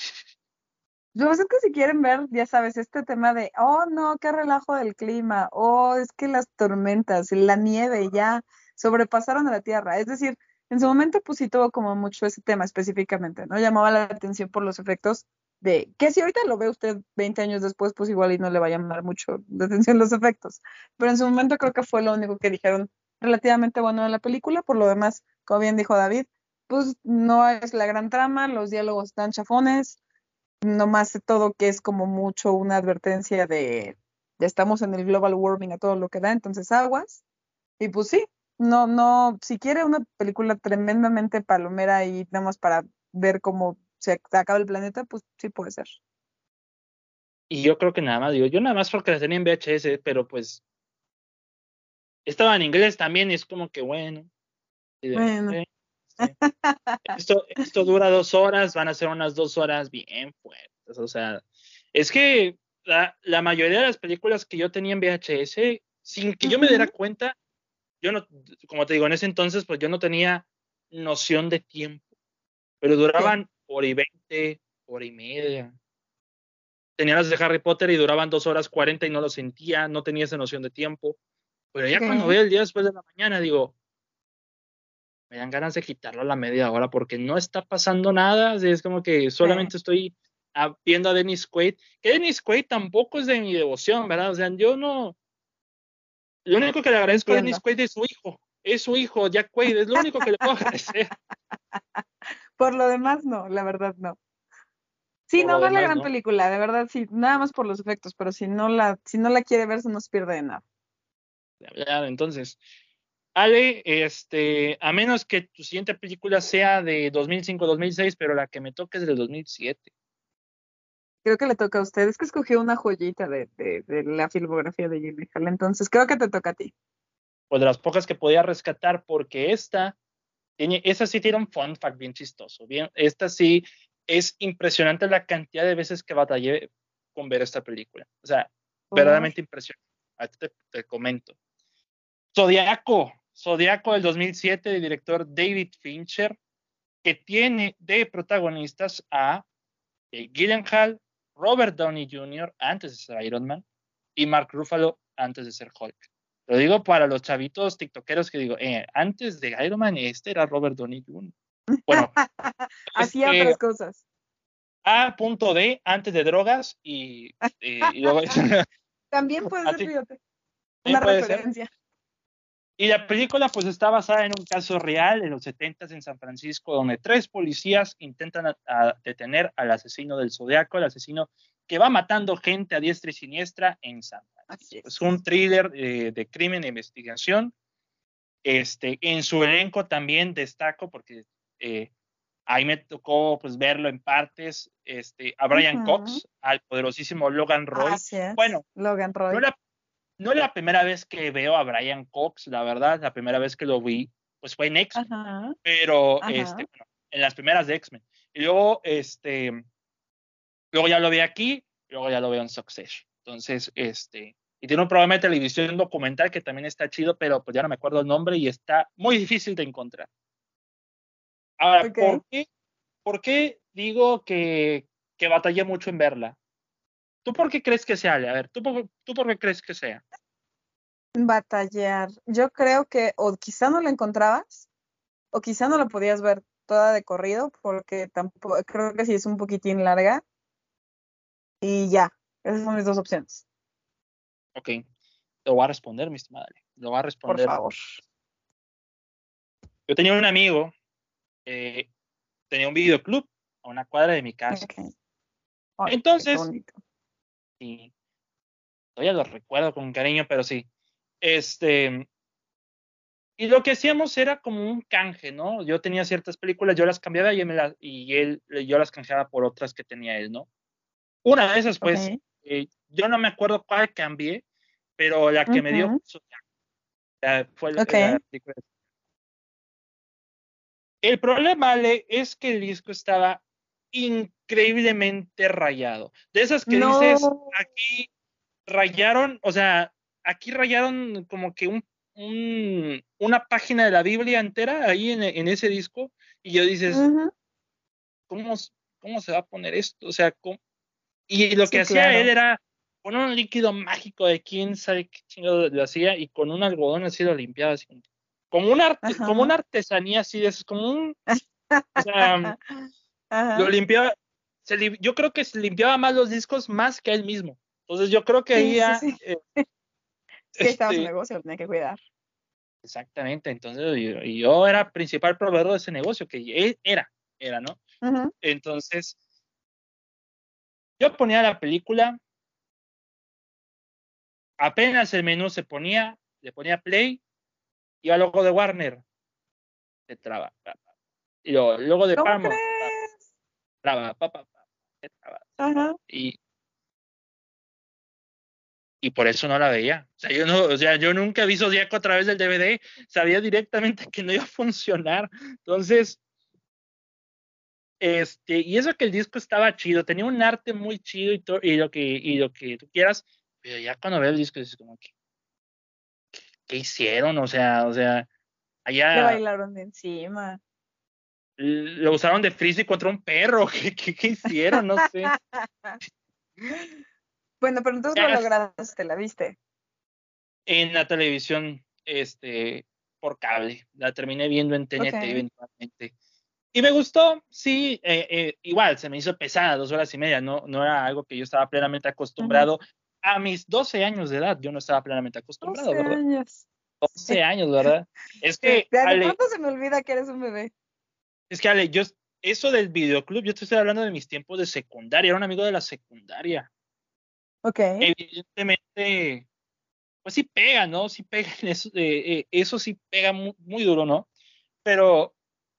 Yo sé que si quieren ver, ya sabes, este tema de, oh no, qué relajo del clima, oh, es que las tormentas y la nieve ya sobrepasaron a la Tierra. Es decir, en su momento pues sí tuvo como mucho ese tema específicamente, ¿no? Llamaba la atención por los efectos de, que si ahorita lo ve usted veinte años después, pues igual y no le va a llamar mucho la atención los efectos. Pero en su momento creo que fue lo único que dijeron relativamente bueno de la película. Por lo demás, como bien dijo David, pues no es la gran trama, los diálogos están chafones, nomás todo que es como mucho una advertencia de ya estamos en el global warming a todo lo que da, entonces aguas. Y pues sí, no, no, si quiere una película tremendamente palomera y nada más para ver cómo se acaba el planeta, pues sí puede ser. Y yo creo que nada más, digo, yo nada más porque la tenía en V H S, pero pues estaba en inglés también y es como que bueno. Y de, Bueno, eh, sí. Esto, esto dura dos horas, van a ser unas dos horas bien fuertes. O sea, es que la, la mayoría de las películas que yo tenía en V H S, sin que yo me diera ujú, cuenta, yo no, como te digo, en ese entonces, pues yo no tenía noción de tiempo, pero sí, duraban hora y veinte, hora y media. Tenía las de Harry Potter y duraban dos horas cuarenta y no lo sentía, no tenía esa noción de tiempo. Pero ya cuando ok. veo el día después de la mañana, digo, me dan ganas de quitarlo a la media hora porque no está pasando nada. Así es como que solamente Sí. estoy ah, viendo a Dennis Quaid, que Dennis Quaid tampoco es de mi devoción, ¿verdad? O sea, yo no, lo único que le agradezco a Dennis Entiendo. Quaid es su hijo, es su hijo, Jack Quaid, es lo único que le puedo agradecer. Por lo demás, no, la verdad no. Sí, Por no, lo no es la demás, gran ¿no? película, de verdad, sí, nada más por los efectos, pero si no la, si no la quiere ver, se nos pierde de nada. Ya, entonces, Ale, este, a menos que tu siguiente película sea de dos mil cinco, dos mil seis, pero la que me toque es de dos mil siete. Creo que le toca a usted, es que escogió una joyita de, de, de la filmografía de Jimmy Hall, entonces creo que te toca a ti. Pues de las pocas que podía rescatar, porque esta tiene, esa sí tiene un fun fact bien chistoso. Bien, esta sí es impresionante la cantidad de veces que batallé con ver esta película. O sea, Por... verdaderamente impresionante. Aquí te, te comento. Zodiaco, Zodiaco del dos mil siete, de director David Fincher, que tiene de protagonistas a Jake Gyllenhaal, Robert Downey junior antes de ser Iron Man y Mark Ruffalo antes de ser Hulk. Lo digo para los chavitos tiktokeros que digo, eh, antes de Iron Man este era Robert Downey junior Bueno, Hacía este otras cosas. A.D antes de drogas y, y, y luego También puede ser, así fíjate, una también puede ser. referencia. Y la película pues está basada en un caso real en los setentas en San Francisco, donde tres policías intentan a, a detener al asesino del Zodiaco, el asesino que va matando gente a diestra y siniestra en San Así Francisco. Es un es. thriller eh, de crimen e investigación. Este, en su elenco también destaco, porque eh, ahí me tocó pues verlo en partes, este, a Brian Ujú. Cox, al poderosísimo Logan Roy. Así es. Bueno, Logan no Roy. la no es la primera vez que veo a Brian Cox, la verdad, la primera vez que lo vi, pues fue en X-Men, Ajá, pero ajá. este, bueno, en las primeras de X-Men. Y luego, este, luego ya lo vi aquí, luego ya lo veo en Succession. Entonces, este, y tiene un programa de televisión documental que también está chido, pero pues ya no me acuerdo el nombre y está muy difícil de encontrar. Ahora, Ok. ¿por qué, por qué digo que, que batallé mucho en verla? ¿Tú por qué crees que sea? Ale? A ver, ¿tú por, ¿tú por qué crees que sea? Batallar. Yo creo que o quizá no la encontrabas, o quizá no la podías ver toda de corrido, porque tampoco, creo que sí es un poquitín larga, y ya. Esas son mis dos opciones. Ok, lo voy a responder, mi estimada Ale. Lo voy a Por responder. favor. Yo tenía un amigo, eh, tenía un videoclub a una cuadra de mi casa. Ok. Ay, qué Entonces, bonito. sí, todavía lo recuerdo con cariño, pero sí. Este, y lo que hacíamos era como un canje, ¿no? Yo tenía ciertas películas, yo las cambiaba y él, me las, y él yo las canjeaba por otras que tenía él, ¿no? Una de esas, pues, Ok. eh, yo no me acuerdo cuál cambié, pero la que me dio Ujú. fue la, la Ok. película. El problema, Ale, es que el disco estaba increíblemente rayado. De esas que dices, No. aquí rayaron, o sea, aquí rayaron como que un, un- una página de la Biblia entera ahí en, en ese disco, y yo dices, Ujú. ¿cómo, ¿cómo se va a poner esto? O sea, ¿cómo? Y lo que Sí, hacía él claro. era con un líquido mágico de quién sabe qué chingado lo hacía, y con un algodón así lo limpiaba, así como, como, un arte, como Ajá. una artesanía así, de, es como un, o sea, lo Ajá. limpiaba, se li- yo creo que se limpiaba más los discos más que él mismo. Entonces yo creo que ahí Sí, sí, ya, sí. eh, Es que ahí estaba su este, negocio, lo tenía que cuidar. exactamente, entonces yo, y yo era principal proveedor de ese negocio, que él era, era, ¿no? Ujú. Entonces yo ponía la película, apenas el menú se ponía, le ponía play, iba al logo de Warner, se traba, pa, pa. Y luego, el logo de ¿Cómo Paramount, pa, crees? traba, pa, pa, pa, se traba, se traba. Ajá. Y y por eso no la veía. O sea, yo no, o sea, yo nunca vi Zodíaco a través del D V D, sabía directamente que no iba a funcionar. Entonces, este, y eso que el disco estaba chido, tenía un arte muy chido y, to, y lo que y lo que tú quieras, pero ya cuando veo el disco es como que ¿qué hicieron? O sea, o sea, Le allá bailaron de encima. lo usaron de frisbee contra un perro, ¿qué, qué, qué hicieron? No sé. Bueno, pero entonces lo Ya lograste, la viste. en la televisión, este, por cable. La terminé viendo en T N T Ok. eventualmente. Y me gustó, sí, eh, eh, igual se me hizo pesada, dos horas y media, no, no era algo que yo estaba plenamente Ujú. acostumbrado. A mis doce años de edad, yo no estaba plenamente acostumbrado, doce ¿verdad? años. doce Sí. años, ¿verdad? Es Sí. que, De de Ale, pronto se me olvida que eres un bebé. es que Ale, yo, eso del videoclub, yo te estoy hablando de mis tiempos de secundaria, era un amigo de la secundaria. Ok. Evidentemente, pues sí pega, ¿no? Sí pega, en eso, eh, eh, eso sí pega muy, muy duro, ¿no? Pero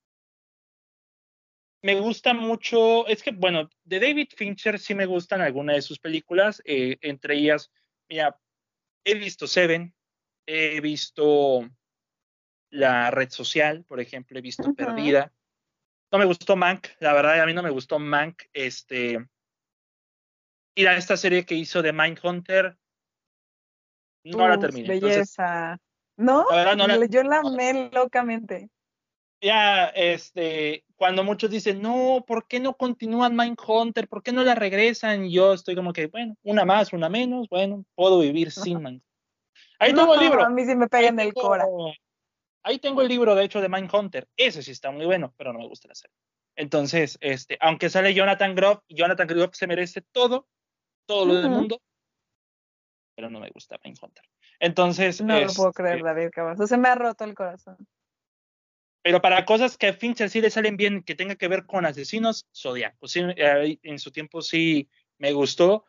me gusta mucho, es que, bueno, de David Fincher sí me gustan algunas de sus películas, eh, entre ellas, mira, he visto Seven, he visto La Red Social, por ejemplo, he visto Ujú. Perdida. No me gustó Mank, la verdad, a mí no me gustó Mank, este, y a esta serie que hizo de Mindhunter, no la Uf, terminé, entonces, belleza. ¿No? la verdad, no la, Yo la no, amé locamente. ya, este, cuando muchos dicen, no, ¿por qué no continúan Mindhunter? ¿Por qué no la regresan? Y yo estoy como que, bueno, una más, una menos, bueno, puedo vivir sin Mindhunter. Ahí No, tengo el a libro, mí sí me pega ahí en el Cora. tengo, ahí tengo el libro, de hecho, de Mindhunter. Ese sí está muy bueno, pero no me gusta la serie. Entonces, este, aunque sale Jonathan Groff, Jonathan Groff se merece todo, todo lo del Ujú. mundo, pero no me gusta Mindhunter. Entonces, No lo puedo creer, este, David Cavazos. Se me ha roto el corazón. pero para cosas que a Fincher sí le salen bien, que tenga que ver con asesinos, Zodiaco. Sí, eh, en su tiempo sí me gustó.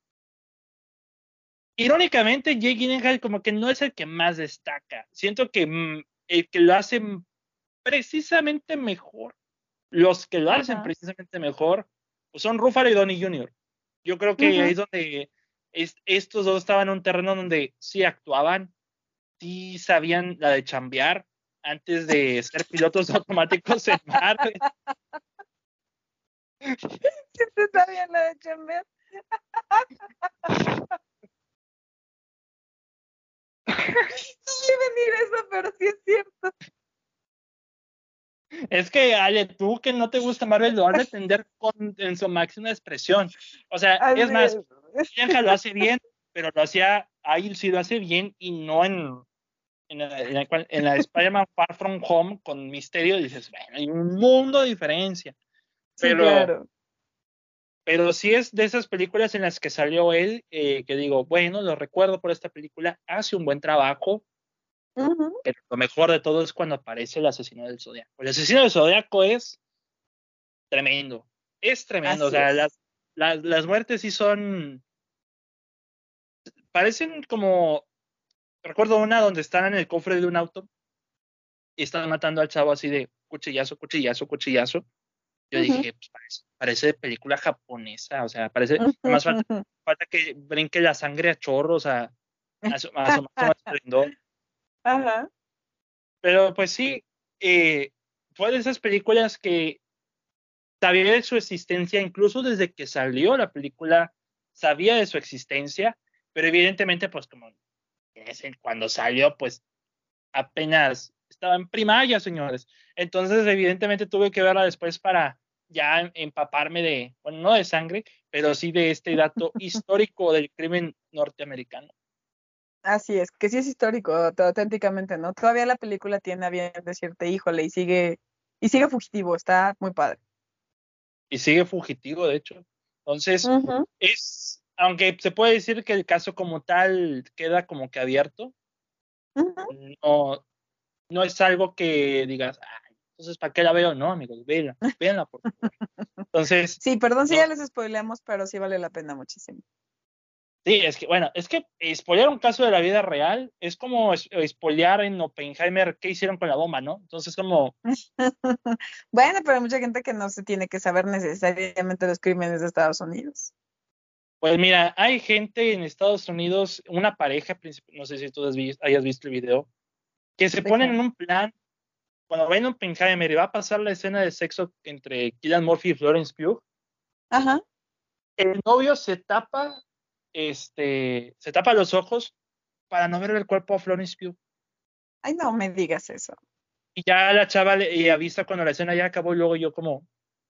Irónicamente, Jake Gyllenhaal como que no es el que más destaca. Siento que mm, el que lo hace precisamente mejor, los que lo hacen Ajá. precisamente mejor, pues son Ruffalo y Donnie junior Yo creo que ahí Ujú. es donde es- estos dos estaban en un terreno donde sí actuaban, sí sabían la de chambear antes de ser pilotos automáticos en Marvel. Sí, te está bien la de chambear. No vi venir eso, pero sí es cierto. Es que, Ale, tú que no te gusta Marvel, lo has de entender con, en su máxima expresión. O sea, es Así más, es. Bianca lo hace bien, pero lo hacía, ahí sí lo hace bien y no en, en la, en la, cual- en la Spider-Man Far From Home con Misterio, dices, bueno, hay un mundo de diferencia. Sí, Pero, claro. pero sí es de esas películas en las que salió él, eh, que digo, bueno, lo recuerdo por esta película, hace un buen trabajo, Ujú. pero lo mejor de todo es cuando aparece el asesino del Zodiaco. El asesino del Zodiaco es tremendo, es tremendo, o Así sea, las, es. las, las muertes sí son, parecen como, recuerdo una donde están en el cofre de un auto y están matando al chavo así de cuchillazo, cuchillazo, cuchillazo. Yo Ujú. dije, pues parece, parece de película japonesa, o sea, parece, nada más falta, Ujú. falta que brinque la sangre a chorros, a, a, su, a su máximo esplendor. Ajá. Pero pues sí, eh, fue de esas películas que sabía de su existencia, incluso desde que salió la película, sabía de su existencia, pero evidentemente, pues como cuando salió, pues apenas estaba en primaria, señores. Entonces, evidentemente tuve que verla después para ya empaparme de, bueno, no de sangre, pero sí de este dato histórico del crimen norteamericano. Así es, que sí es histórico, auténticamente, ¿no? Todavía la película tiene a bien decirte, híjole, y sigue, y sigue fugitivo, está muy padre. Y sigue fugitivo, de hecho. Entonces, Ujú. es, aunque se puede decir que el caso como tal queda como que abierto, Ujú. no, no es algo que digas, "Ay, entonces, ¿para qué la veo?" No, amigos, véanla, véanla, por favor. Entonces, Sí, perdón si no, ya les spoileamos, pero sí vale la pena muchísimo. sí, es que, bueno, es que spoilear un caso de la vida real es como es- spoilear en Oppenheimer qué hicieron con la bomba, ¿no? Entonces, como, Bueno, pero hay mucha gente que no se tiene que saber necesariamente los crímenes de Estados Unidos. pues mira, hay gente en Estados Unidos, una pareja, princip- no sé si tú has vis- hayas visto el video, que se ¿De ponen qué? en un plan, cuando ven Oppenheimer y va a pasar la escena de sexo entre Cillian Murphy y Florence Pugh, Ajá. el novio se tapa, este, se tapa los ojos para no ver el cuerpo a Florence Pugh. Ay, no me digas eso. Y ya la chava le y avisa cuando la escena ya acabó y luego yo como,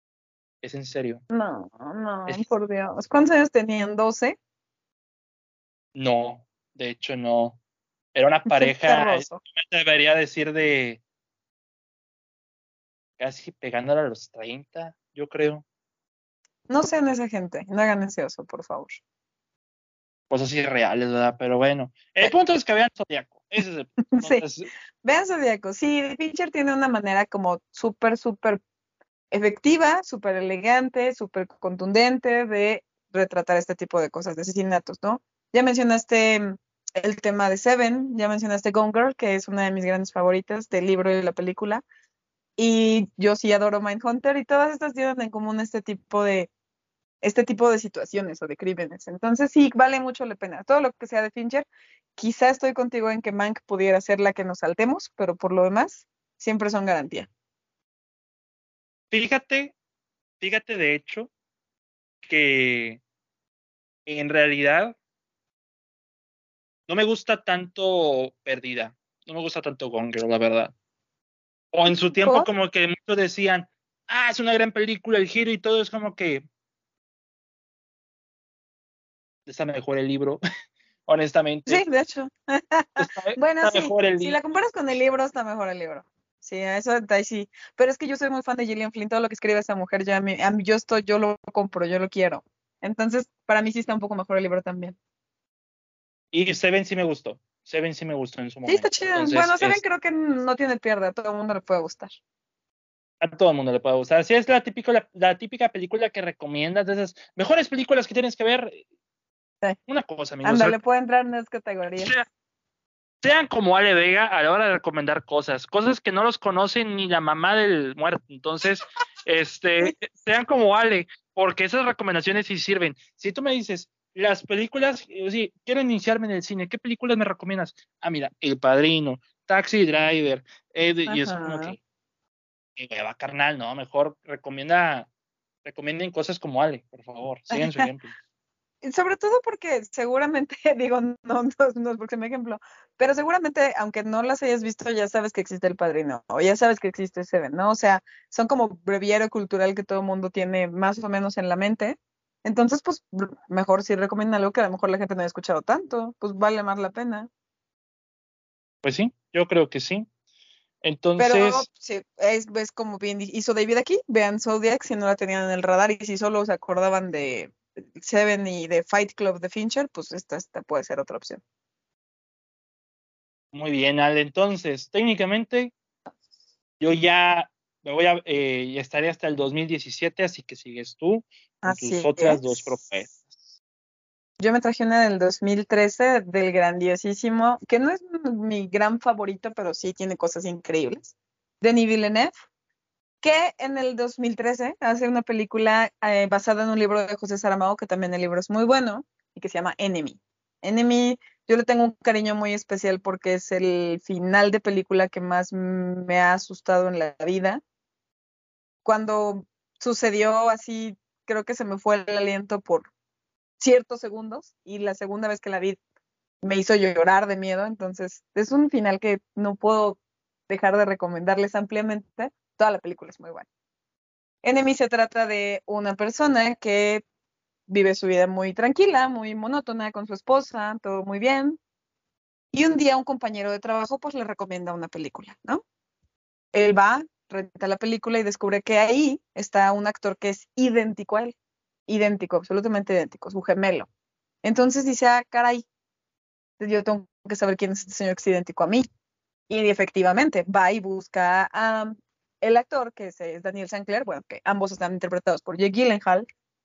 es en serio. No, no, Es, por Dios. ¿Cuántos años tenían? ¿doce? no, de hecho no. Era una Qué pareja, perroso. me debería decir de casi pegándole a los treinta, yo creo. No sean esa gente, no hagan ese oso, por favor. Cosas irreales, ¿verdad? Pero bueno, el Sí, punto es que vean Zodíaco. Ese es el punto. sí. Entonces, Vean Zodíaco. Sí, Fincher tiene una manera como súper, súper efectiva, súper elegante, súper contundente de retratar este tipo de cosas, de asesinatos, ¿no? Ya mencionaste mm, el tema de Seven, ya mencionaste Gone Girl, que es una de mis grandes favoritas del libro y de la película, y yo sí adoro Mindhunter, y todas estas tienen en común este tipo de este tipo de situaciones o de crímenes. Entonces sí, vale mucho la pena. Todo lo que sea de Fincher, quizá estoy contigo en que Mank pudiera ser la que nos saltemos, pero por lo demás, siempre son garantía. fíjate, fíjate de hecho que en realidad no me gusta tanto Perdida. No me gusta tanto Gone Girl, la verdad. O en su tiempo ¿Por? como que muchos decían, ah, es una gran película, el giro y todo, es como que está mejor el libro, honestamente. Sí, de hecho. Está, Bueno, está sí, mejor el si la libro. comparas con el libro, está mejor el libro. Sí, a eso ahí sí. Pero es que yo soy muy fan de Gillian Flynn, todo lo que escribe esa mujer, ya a mí, a mí- yo estoy, yo lo compro, yo lo quiero. Entonces, para mí sí está un poco mejor el libro también. Y Seven sí me gustó. Seven sí me gustó en su Sí, está momento. chida. Entonces, Bueno, saben, es, creo que no tiene pierde, a todo el mundo le puede gustar. a todo el mundo le puede gustar. Si es la típica, la, la típica película que recomiendas, de esas mejores películas que tienes que ver, Sí. una cosa, amigos, Ándale, puede entrar en esas categorías. sea- sean como Ale Vega a la hora de recomendar cosas, cosas que no los conocen ni la mamá del muerto. Entonces, este, sean como Ale, porque esas recomendaciones sí sirven. Si tú me dices, las películas, eh, sí, quiero iniciarme en el cine, ¿qué películas me recomiendas? Ah, mira, El Padrino, Taxi Driver, eh, y es como Ajá. que, que va carnal, ¿no? Mejor recomienda, recomienden cosas como Ale, por favor, sigan su ejemplo. Y sobre todo porque seguramente, digo, no, no, no es porque sea mi ejemplo, pero seguramente, aunque no las hayas visto, ya sabes que existe El Padrino, o ya sabes que existe Seven, ¿no? O sea, son como breviario cultural que todo el mundo tiene más o menos en la mente. Entonces, pues, br- mejor si recomiendan algo que a lo mejor la gente no haya escuchado tanto, pues vale más la pena. Pues sí, yo creo que sí. Pero Entonces, sí, es, es como bien di- hizo David aquí, vean Zodiac si no la tenían en el radar y si solo se acordaban de Seven y de Fight Club de Fincher, pues esta, esta puede ser otra opción. muy bien, Ale. Entonces, técnicamente, yo ya me voy a, eh, ya estaré hasta el dos mil diecisiete, así que sigues tú con tus Así otras dos es. propuestas. Yo me traje una del dos mil trece del grandiosísimo, que no es mi gran favorito, pero sí tiene cosas increíbles. Denis Villeneuve, que en el dos mil trece hace una película eh, basada en un libro de José Saramago, que también el libro es muy bueno, y que se llama Enemy. Enemy, yo le tengo un cariño muy especial porque es el final de película que más me ha asustado en la vida. Cuando sucedió así, creo que se me fue el aliento por ciertos segundos y la segunda vez que la vi me hizo llorar de miedo, entonces es un final que no puedo dejar de recomendarles ampliamente. Toda la película es muy buena. Enemy se trata de una persona que vive su vida muy tranquila, muy monótona con su esposa, todo muy bien, y un día un compañero de trabajo pues le recomienda una película, ¿no? Él va, renta la película y descubre que ahí está un actor que es idéntico a él, idéntico, absolutamente idéntico, su gemelo. Entonces dice, ah, caray, yo tengo que saber quién es este señor que es idéntico a mí. Y efectivamente va y busca a el actor, que es, es Daniel Sinclair, bueno, que ambos están interpretados por Jake Gyllenhaal,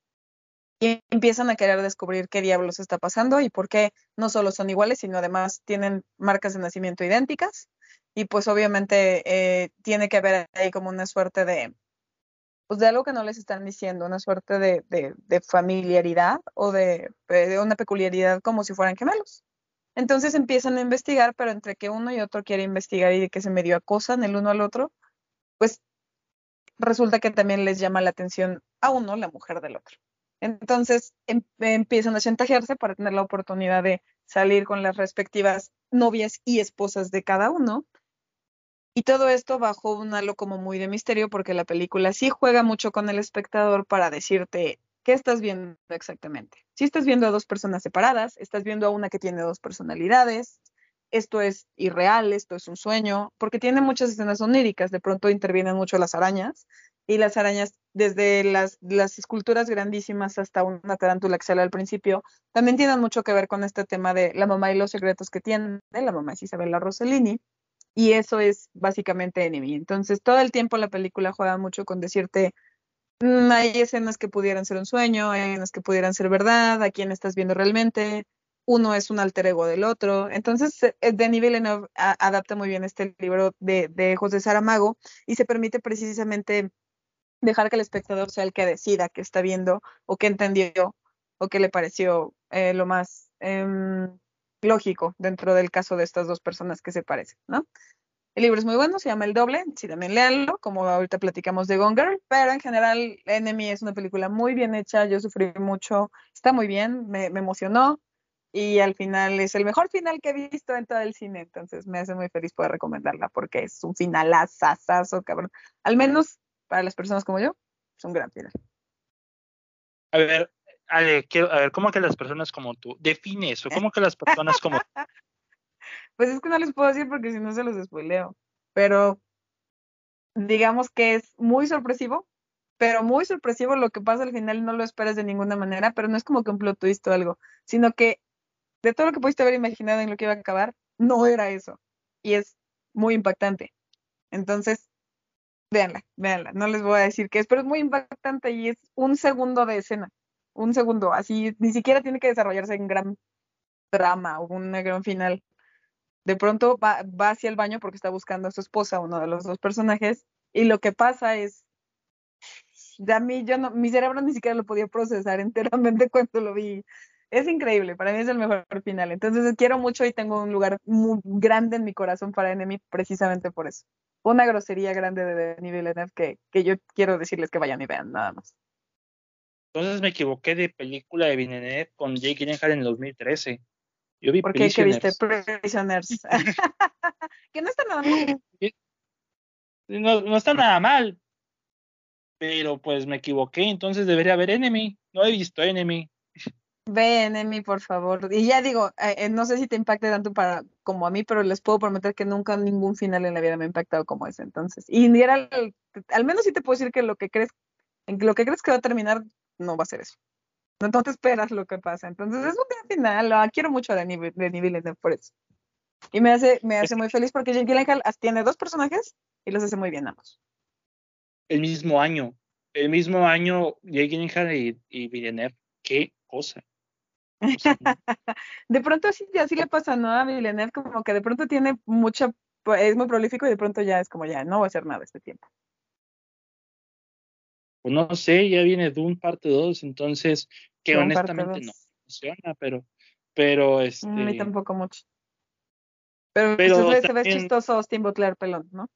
y empiezan a querer descubrir qué diablos está pasando y por qué no solo son iguales, sino además tienen marcas de nacimiento idénticas. Y pues obviamente eh, tiene que haber ahí como una suerte de, pues de algo que no les están diciendo, una suerte de, de, de familiaridad o de, de una peculiaridad como si fueran gemelos. Entonces empiezan a investigar, pero entre que uno y otro quiere investigar y de que se medio acosan el uno al otro, pues resulta que también les llama la atención a uno la mujer del otro. Entonces em empiezan a chantajearse para tener la oportunidad de salir con las respectivas novias y esposas de cada uno. Y todo esto bajo un halo como muy de misterio, porque la película sí juega mucho con el espectador para decirte qué estás viendo exactamente. Si estás viendo a dos personas separadas, estás viendo a una que tiene dos personalidades, esto es irreal, esto es un sueño, porque tiene muchas escenas oníricas, de pronto intervienen mucho las arañas, y las arañas, desde las, las esculturas grandísimas hasta una tarántula que sale al principio, también tienen mucho que ver con este tema de la mamá y los secretos que tiene, la mamá es Isabella Rossellini, y eso es básicamente Enemy. Entonces, todo el tiempo la película juega mucho con decirte, mm, hay escenas que pudieran ser un sueño, hay escenas que pudieran ser verdad, a quién estás viendo realmente, uno es un alter ego del otro. Entonces, eh, Denis Villeneuve a- adapta muy bien este libro de, de José Saramago y se permite precisamente dejar que el espectador sea el que decida qué está viendo o qué entendió o qué le pareció eh, lo más em, lógico dentro del caso de estas dos personas que se parecen, ¿no? El libro es muy bueno, se llama El Doble, sí, también léanlo, como ahorita platicamos de Gone Girl, pero en general Enemy es una película muy bien hecha, yo sufrí mucho, está muy bien, me, me emocionó y al final es el mejor final que he visto en todo el cine, entonces me hace muy feliz poder recomendarla porque es un final asasazo, cabrón. Al menos para las personas como yo, es un gran final. A ver, Ale, quiero, a ver, ¿cómo que las personas como tú? Define eso, ¿cómo que las personas como tú? Pues es que no les puedo decir porque si no se los spoileo, pero digamos que es muy sorpresivo, pero muy sorpresivo lo que pasa al final, no lo esperas de ninguna manera, pero no es como que un plot twist o algo, sino que de todo lo que pudiste haber imaginado en lo que iba a acabar, no era eso. Y es muy impactante. Entonces, véanla, véanla. No les voy a decir qué es, pero es muy impactante y es un segundo de escena. Un segundo, así, ni siquiera tiene que desarrollarse en gran drama o un gran final. De pronto va, va hacia el baño porque está buscando a su esposa, uno de los dos personajes, y lo que pasa es, ya a mí, yo no, mi cerebro ni siquiera lo podía procesar enteramente cuando lo vi. Es increíble, para mí es el mejor final. Entonces quiero mucho y tengo un lugar muy grande en mi corazón para Enemy precisamente por eso. Una grosería grande de Denis Villeneuve que, que yo quiero decirles que vayan y vean, nada más. Entonces me equivoqué de película de Villeneuve con Jake Gyllenhaal en el dos mil trece. Yo vi ¿Por qué? ¿Qué viste? Prisoners. Prisoners. Que no está nada mal. No, no está nada mal, pero pues me equivoqué, entonces debería haber Enemy. No he visto Enemy. Ve Enemy, por favor. Y ya digo, eh, eh, no sé si te impacte tanto para como a mí, pero les puedo prometer que nunca ningún final en la vida me ha impactado como ese. Entonces, y ni era el- al menos sí te puedo decir que lo que crees, en lo que crees que va a terminar, no va a ser eso. No, no te esperas lo que pasa. Entonces, es un gran final. Lo quiero mucho a Denis Denis Villeneuve por eso. Y me hace, me Es hace muy feliz porque Jake Gyllenhaal as- tiene dos personajes y los hace muy bien ambos. el mismo año. El mismo año Jake Gyllenhaal y, y Villeneuve. Qué cosa. O sea, no. De pronto así, así le pasa, ¿no? A Villeneuve como que de pronto tiene mucha, es muy prolífico y de pronto ya es como ya, no voy a hacer nada este tiempo. Pues no sé, ya viene Dune parte dos, entonces, que Son parte honestamente no dos. funciona, pero, pero A mí este, tampoco mucho. Pero se pero ve, se ve también, chistoso Austin Butler pelón, ¿no?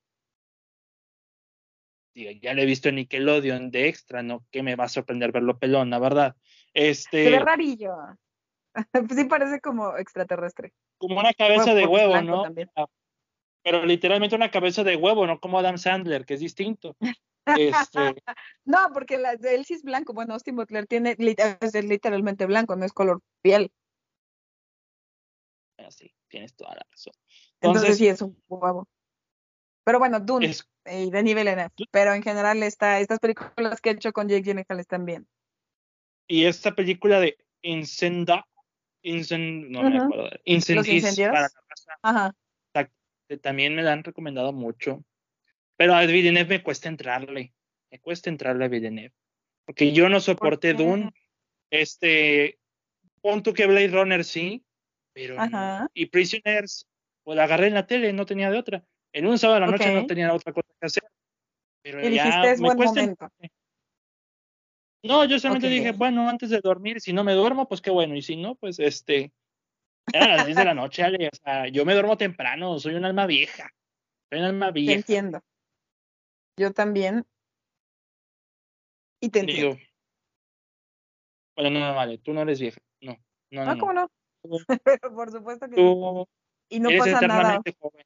digo, ya lo he visto en Nickelodeon de extra, ¿no? Que me va a sorprender verlo pelón, la verdad. Se ve Este, rarillo. Sí parece como extraterrestre. como una Bueno, cabeza de porque es huevo, blanco ¿no? también. Ah, pero literalmente una cabeza de huevo, no como Adam Sandler, que es distinto. Este, No, porque la, él sí es blanco. Bueno, Austin Butler tiene, lit- es literalmente blanco, no es color piel. bueno, sí, tienes toda la razón. Entonces Entonces, sí es un huevo. Pero bueno, Dune es, y Denis Villeneuve. Pero en general está, estas películas que he hecho con Jake Gyllenhaal están bien. y esta película de Incenda, Incend, no me Ujú. acuerdo, Los Incendies para incendios. la casa, Ajá. ta- también me la han recomendado mucho. Pero a Villeneuve me cuesta entrarle, me cuesta entrarle a Villeneuve, porque yo no ¿Por soporté qué? Dune, este, pon tú que Blade Runner sí, pero no. Ajá. Y Prisoners, pues la agarré en la tele, no tenía de otra. En un sábado de la noche no Ok. tenía otra cosa que hacer, pero Y dijiste, ya es me buen cuesta momento. entrarle. No, yo Ok. solamente dije, bueno, antes de dormir, si no me duermo, pues qué bueno, y si no, pues este, eran las diez de la noche, Ale, o sea, yo me duermo temprano, soy un alma vieja, soy un alma Te vieja. entiendo. Yo también. Y te entiendo. Digo, bueno, no, no, vale, tú no eres vieja, no, no, no, No, ¿cómo no. no? Pero por supuesto que sí. Tú Y no eres pasa nada. eternamente joven.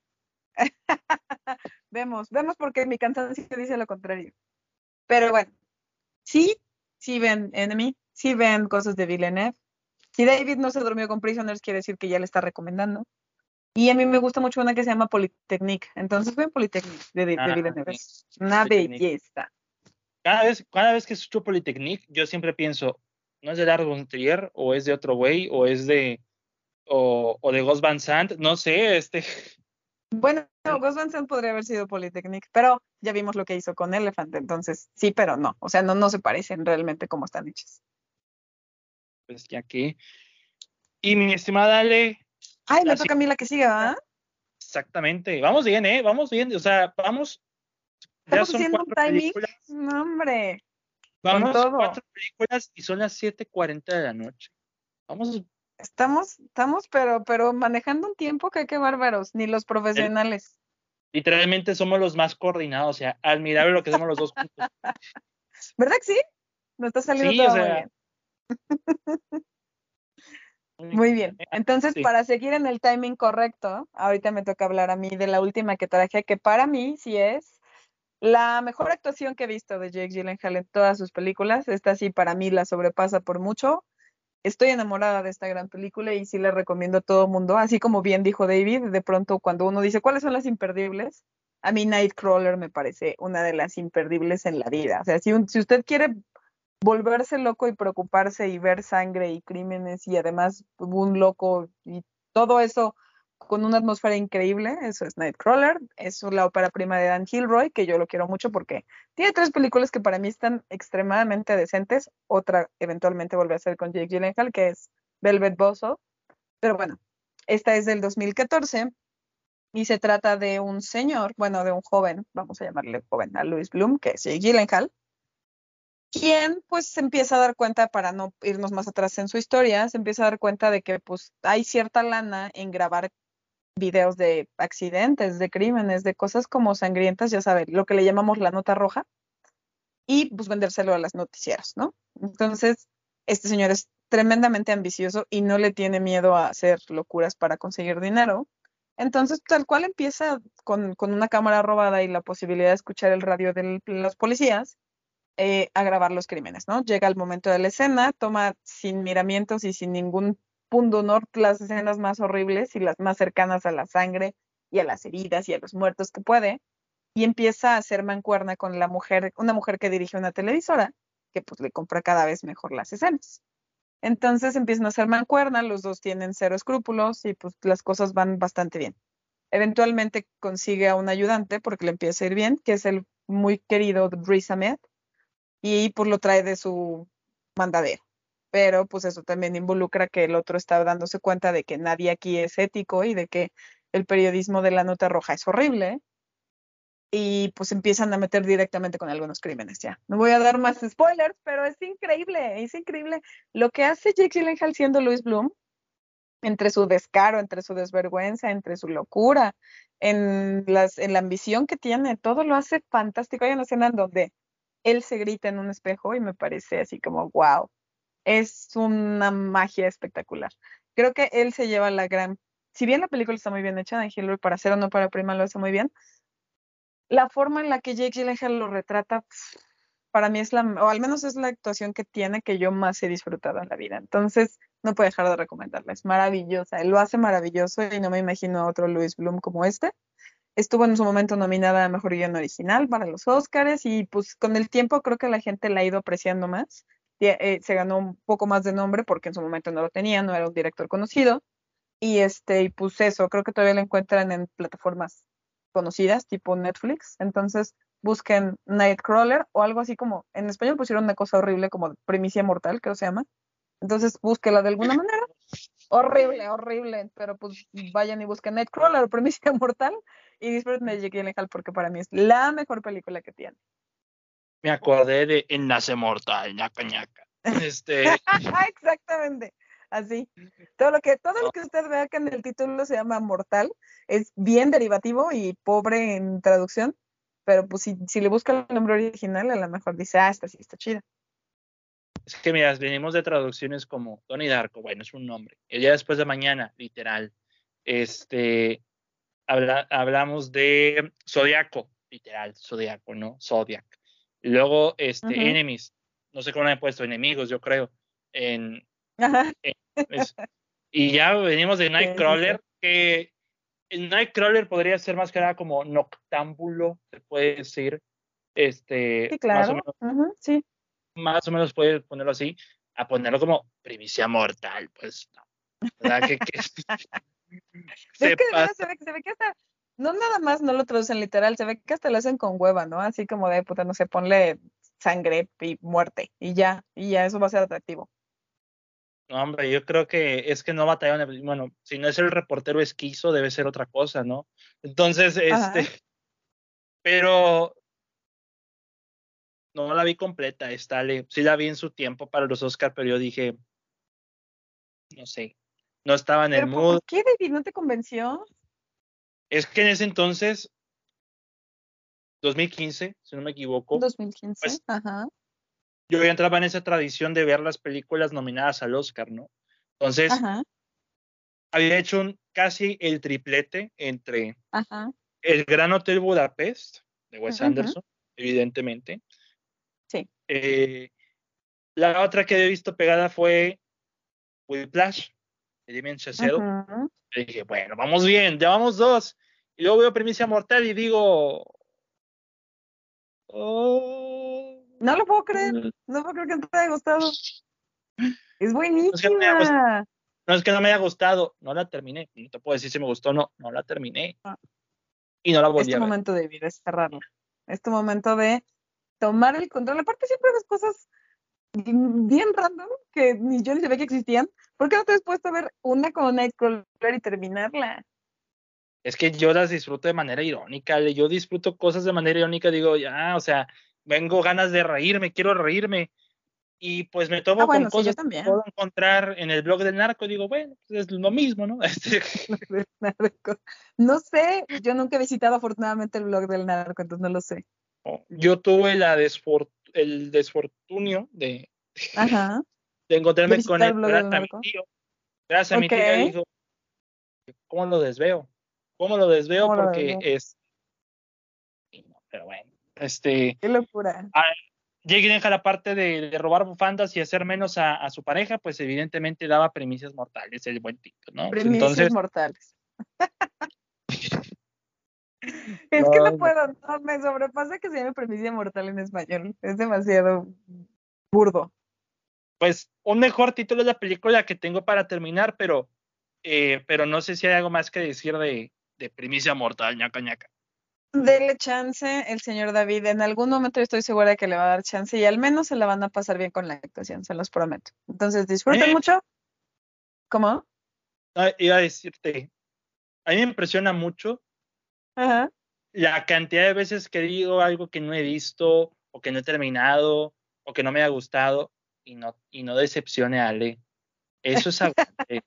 Vemos, vemos porque mi cansancio dice lo contrario. Pero bueno, sí, sí ven Enemy, sí ven cosas de Villeneuve. Si David no se durmió con Prisoners, quiere decir que ya le está recomendando. Y a mí me gusta mucho una que se llama Polytechnique. Entonces fue en Polytechnique de, de, de Ah, Villeneuve. sí, Es una Polytechnique. belleza. Cada vez, cada vez que escucho Polytechnique, yo siempre pienso, ¿no es de Lars von Trier? ¿O es de otro güey? ¿O es de, o, o de Gus Van Sant? No sé, este, Bueno, no, Gus Van Sant podría haber sido Polytechnique, pero ya vimos lo que hizo con Elephant, entonces sí, pero no. O sea, no, no se parecen realmente como están hechas. pues ya que. Y mi estimada Ale, Ay, me la toca a mí la que sigue, siguiente, ¿verdad? exactamente. Vamos bien, ¿eh? Vamos bien. O sea, vamos, ya Estamos son haciendo un cuatro timing. películas. No, hombre, con Vamos, todo. cuatro películas y son las siete cuarenta de la noche. Vamos, Estamos, estamos, pero, pero manejando un tiempo que qué bárbaros, ni los el- profesionales. literalmente somos los más coordinados. O sea, admirable lo que hacemos los dos juntos. ¿Verdad que sí? Nos está saliendo Sí, o todo muy sea, bien. Muy bien. Entonces, sí. para seguir en el timing correcto, ahorita me toca hablar a mí de la última que traje, que para mí sí es la mejor actuación que he visto de Jake Gyllenhaal en todas sus películas. Esta sí para mí la sobrepasa por mucho. Estoy enamorada de esta gran película y sí la recomiendo a todo mundo. Así como bien dijo David, de pronto cuando uno dice cuáles son las imperdibles, a mí Nightcrawler me parece una de las imperdibles en la vida. O sea, si, un- si usted quiere volverse loco y preocuparse y ver sangre y crímenes y además un loco y todo eso con una atmósfera increíble, eso es Nightcrawler, es la ópera prima de Dan Gilroy, que yo lo quiero mucho porque tiene tres películas que para mí están extremadamente decentes, otra eventualmente vuelve a ser con Jake Gyllenhaal, que es Velvet Buzzsaw, pero bueno, esta es del dos mil catorce y se trata de un señor, bueno, de un joven, vamos a llamarle joven, a Louis Bloom, que es Jake Gyllenhaal, quien pues se empieza a dar cuenta, para no irnos más atrás en su historia, se empieza a dar cuenta de que pues hay cierta lana en grabar videos de accidentes, de crímenes, de cosas como sangrientas, ya saben, lo que le llamamos la nota roja, y pues vendérselo a las noticieras, ¿no? Entonces, este señor es tremendamente ambicioso y no le tiene miedo a hacer locuras para conseguir dinero. Entonces, tal cual empieza con, con una cámara robada y la posibilidad de escuchar el radio de los policías, eh, a grabar los crímenes, ¿no? Llega el momento de la escena, toma sin miramientos y sin ningún punto honor las escenas más horribles y las más cercanas a la sangre y a las heridas y a los muertos que puede, y empieza a hacer mancuerna con la mujer, una mujer que dirige una televisora, que pues le compra cada vez mejor las escenas. Entonces empiezan a hacer mancuerna, los dos tienen cero escrúpulos y pues las cosas van bastante bien. Eventualmente consigue a un ayudante porque le empieza a ir bien, que es el muy querido Riz Ahmed, y pues lo trae de su mandadero. Pero pues eso también involucra que el otro está dándose cuenta de que nadie aquí es ético y de que el periodismo de la nota roja es horrible y pues empiezan a meter directamente con algunos crímenes ya. No voy a dar más spoilers, pero es increíble, es increíble lo que hace Jake Gyllenhaal siendo Louis Bloom, entre su descaro, entre su desvergüenza, entre su locura, en, las, en la ambición que tiene, todo lo hace fantástico. Hay una escena en donde él se grita en un espejo y me parece así como, wow, es una magia espectacular. Creo que él se lleva la gran, si bien la película está muy bien hecha, Dan Hillary para hacer o no para prima lo hace muy bien, la forma en la que Jake Gyllenhaal lo retrata, pf, para mí es la, o al menos es la actuación que tiene que yo más he disfrutado en la vida. Entonces, no puedo dejar de recomendarla. Es maravillosa. Él lo hace maravilloso y no me imagino a otro Louis Bloom como este. Estuvo en su momento nominada a Mejor Guión Original para los Oscars y pues con el tiempo creo que la gente la ha ido apreciando más. Tie- eh, se ganó un poco más de nombre porque en su momento no lo tenía, no era un director conocido. Y este, y pues eso, creo que todavía lo encuentran en plataformas conocidas, tipo Netflix. Entonces, busquen Nightcrawler o algo así como, en español pusieron una cosa horrible como Primicia Mortal, creo que se llama. Entonces, búsquela de alguna manera. Horrible, horrible, pero pues vayan y busquen Nightcrawler o Primicia Mortal y disfruten de Jake Gyllenhaal porque para mí es la mejor película que tiene. Me acordé de En Nace Mortal, ñaca ñaca. Este, Exactamente, así. Todo lo que, todo lo no, que usted vea que en el título se llama Mortal es bien derivativo y pobre en traducción, pero pues si, si le busca el nombre original, a lo mejor dice, ah, esta sí está chida. es que mira, venimos de traducciones como Donnie Darko, bueno, es un nombre. El día después de mañana, literal. Este, habla, hablamos de Zodiaco, literal, Zodiaco, ¿no? Zodiac. Luego, este, Ujú. Enemies, no sé cómo le he puesto, enemigos, yo creo. En, Ajá, en- es- y ya venimos de sí, sí, sí. Nightcrawler, que el Nightcrawler podría ser más que nada como noctámbulo, se puede decir, este, Sí, más o claro. menos, Ujú, sí. más o menos puedes ponerlo así, a ponerlo como primicia mortal, pues no. O sea, que, que Es se que de veras pasa. se ve, se ve que hasta, no nada más no lo traducen literal, se ve que hasta lo hacen con hueva, ¿no? Así como de puta, no sé, ponle sangre y muerte y ya, y ya eso va a ser atractivo. No, hombre, yo creo que es que no batallaron. Bueno, si no es el reportero esquizo, debe ser otra cosa, ¿no? Entonces, este, Ajá. pero no la vi completa, esta, le, sí la vi en su tiempo para los Oscar, pero yo dije, no sé, no estaba en el Pero ¿por mood. qué, David? ¿No te convenció? Es que en ese entonces, dos mil quince, si no me equivoco, dos mil quince. pues Ajá. yo ya entraba en esa tradición de ver las películas nominadas al Oscar, ¿no? Entonces, Ajá. había hecho un, casi el triplete entre Ajá. El Gran Hotel Budapest, de Wes Ujú, Anderson, evidentemente. sí. Eh, la otra que he visto pegada fue Whiplash, de Damien Chazelle. Ujú. Y dije, bueno, vamos bien, ya vamos dos. Y luego veo Primicia Mortal y digo, oh, No lo puedo creer. No puedo creer que no te haya gustado. Es no es que no me haya gustado, buenísima. no es que no me haya gustado, no la terminé. No te puedo decir si me gustó o no, no la terminé y no la Es volví tu a ver. momento de vida, es cerrarla. Es tu momento de tomar el control. Aparte siempre ves cosas bien random que ni yo ni sabía que existían. ¿Por qué no te has puesto a ver una con Nightcrawler y terminarla? Es que yo las disfruto de manera irónica, le- yo disfruto cosas de manera irónica, digo, ya, o sea, vengo ganas de reírme, quiero reírme, y pues me Ah, tomo con bueno, sí, yo cosas que también. puedo encontrar en el blog del narco, digo, bueno, pues es lo mismo, ¿no? Este, Del narco. No sé, yo nunca he visitado afortunadamente el blog del narco, entonces no lo sé. yo tuve la desfor- el desfortunio de, Ajá. de ¿De encontrarme con visitar él el blog del gracias a mi narco? tío, gracias a mi Ok. tío, dijo, ¿cómo lo desveo? ¿Cómo lo desveo? ¿Cómo lo Porque ves? es, pero bueno, este, Qué locura. a- Jake Gyllenhaal, la parte de, de robar bufandas y hacer menos a, a, su pareja, pues evidentemente daba premisas mortales, el buen tipo, ¿no? Pues Primicias entonces, mortales. Es que no no, puedo, no, me sobrepasa que se llame primicia mortal en español. Es demasiado burdo. pues un mejor título es la película que tengo para terminar, pero, eh, pero no sé si hay algo más que decir de, de primicia mortal, ñaca ñaca. Dele chance, el señor David. En algún momento estoy segura de que le va a dar chance y al menos se la van a pasar bien con la actuación, se los prometo. Entonces, disfruten Eh, mucho. ¿Cómo? ah, iba a decirte, a mí me impresiona mucho Ajá. la cantidad de veces que digo algo que no he visto, o que no he terminado, o que no me ha gustado, y no, y no decepcione a Ale. Eso es aguante.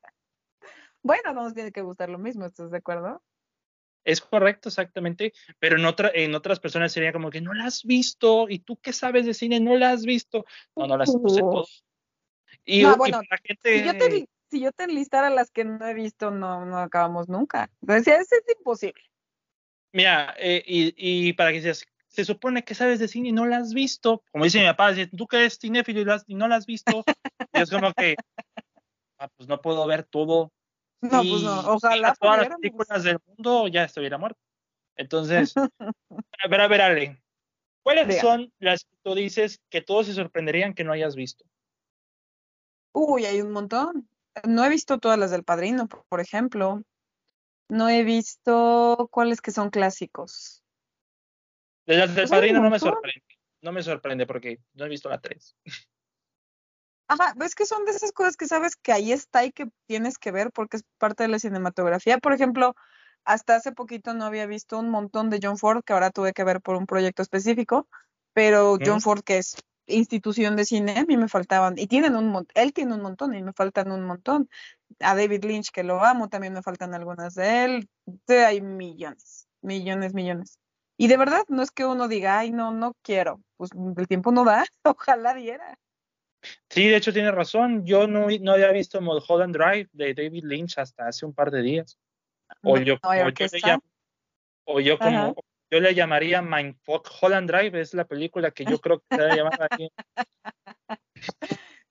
Bueno, no nos tiene que gustar lo mismo, ¿estás de acuerdo? Es correcto, exactamente, pero en, otra, en otras personas sería como que no la has visto, y tú qué sabes de cine, no la has visto. No, no las no sé Uh. todo. Y, No, y bueno, para si yo gente, te, si yo te enlistara las que no he visto, no, no acabamos nunca. Decía, es, es imposible. mira, eh, y, y para que seas, se supone que sabes de cine y no la has visto, como dice mi papá, dice, tú que eres cinéfilo y, lo has- y no la has visto, y es como que, ah, pues no puedo ver todo. No, pues no, Si viera ojalá todas las pudiéramos. películas del mundo, ya estuviera muerto. Entonces, a ver, a ver, Ale, ¿cuáles Dígame. son las que tú dices que todos se sorprenderían que no hayas visto? Uy, hay un montón. No he visto todas las del Padrino, por por ejemplo. No he visto cuáles que son clásicos. De las del Pues hay un Padrino no me montón. sorprende, no me sorprende porque no he visto la tres. Ajá, ves que son de esas cosas que sabes que ahí está y que tienes que ver porque es parte de la cinematografía. Por ejemplo, hasta hace poquito no había visto un montón de John Ford, que ahora tuve que ver por un proyecto específico, pero ¿Mm? John Ford, que es institución de cine, a mí me faltaban, y tienen un montón, él tiene un montón y me faltan un montón. A David Lynch, que lo amo, también me faltan algunas de él. De, hay millones, millones, millones. Y de verdad, no es que uno diga, ay, no, no quiero. Pues el tiempo no da, ojalá diera. Sí, de hecho tiene razón. Yo no, no había visto Mulholland Drive de David Lynch hasta hace un par de días. O No, yo, no hay o yo le orquesta. llamo, o yo Ajá. como, yo le llamaría Mindfuck Holland Drive, es la película que yo creo que se debe llamar aquí.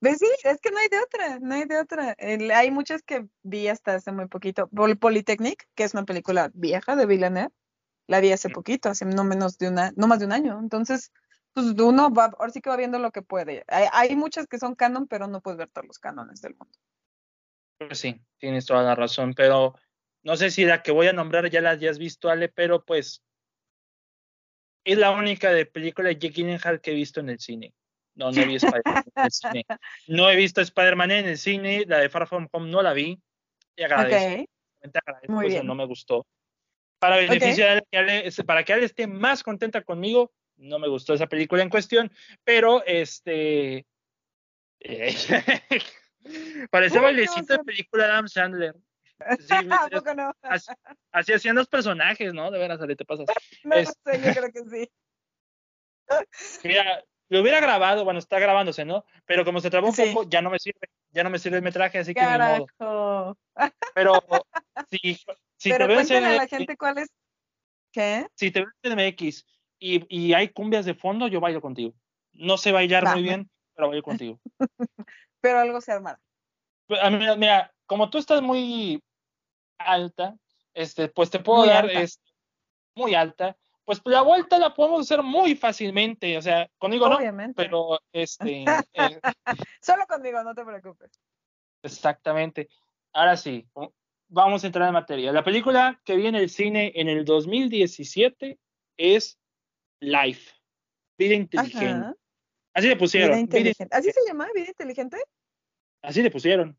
Pues sí, es que no hay de otra, no hay de otra. El- hay muchas que vi hasta hace muy poquito. Pol- Polytechnic, que es una película vieja de Villeneuve, la vi hace poquito, hace no menos de una, no más de un año. Entonces, pues uno va, ahora sí que va viendo lo que puede. Hay, hay muchas que son canon, pero no puedes ver todos los cánones del mundo. Pues sí, tienes toda la razón, pero no sé si la que voy a nombrar ya la hayas visto, Ale, pero pues es la única de película de Jake Gyllenhaal que he visto en el cine. No, no vi Spider-Man en el cine. No he visto Spider-Man en el cine, la de Far From Home no la vi, y agradezco. Ok, Realmente agradezco muy eso, bien. no me gustó. Para Ok. beneficio de Ale, que Ale- este, para que Ale esté más contenta conmigo, no me gustó esa película en cuestión, pero este eh, parecía Uy, qué bailecito de emoción. película de Adam Sandler. Sí, ¿A es- poco no? así, así hacían los personajes, ¿no? De veras, Ale, te pasas. No Es, sé, yo creo que sí. mira, lo hubiera grabado, bueno, está grabándose, ¿no? Pero como se trabó un Sí, poco, ya no me sirve, ya no me sirve el metraje, así que ni modo. carajo. Pero si, si te Pero veo en cuéntale a C M X, la gente cuál es. ¿Qué? si te veo en C M X y, y hay cumbias de fondo, yo bailo contigo. No sé bailar Va, muy me- bien, pero bailo contigo. pero algo se armará. A mí, mira, como tú estás muy alta, este, pues te puedo Muy dar alta, es muy alta, pues la vuelta la podemos hacer muy fácilmente, o sea, conmigo no, obviamente. pero este, eh, Solo conmigo, no te preocupes. exactamente. Ahora sí, vamos a entrar en materia. La película que vi en el cine en el dos mil diecisiete es Life, Vida Inteligente. Ajá. Así le Vida pusieron, vida inteligente. ¿Así inteligente. se llama? ¿Vida inteligente? Así le pusieron.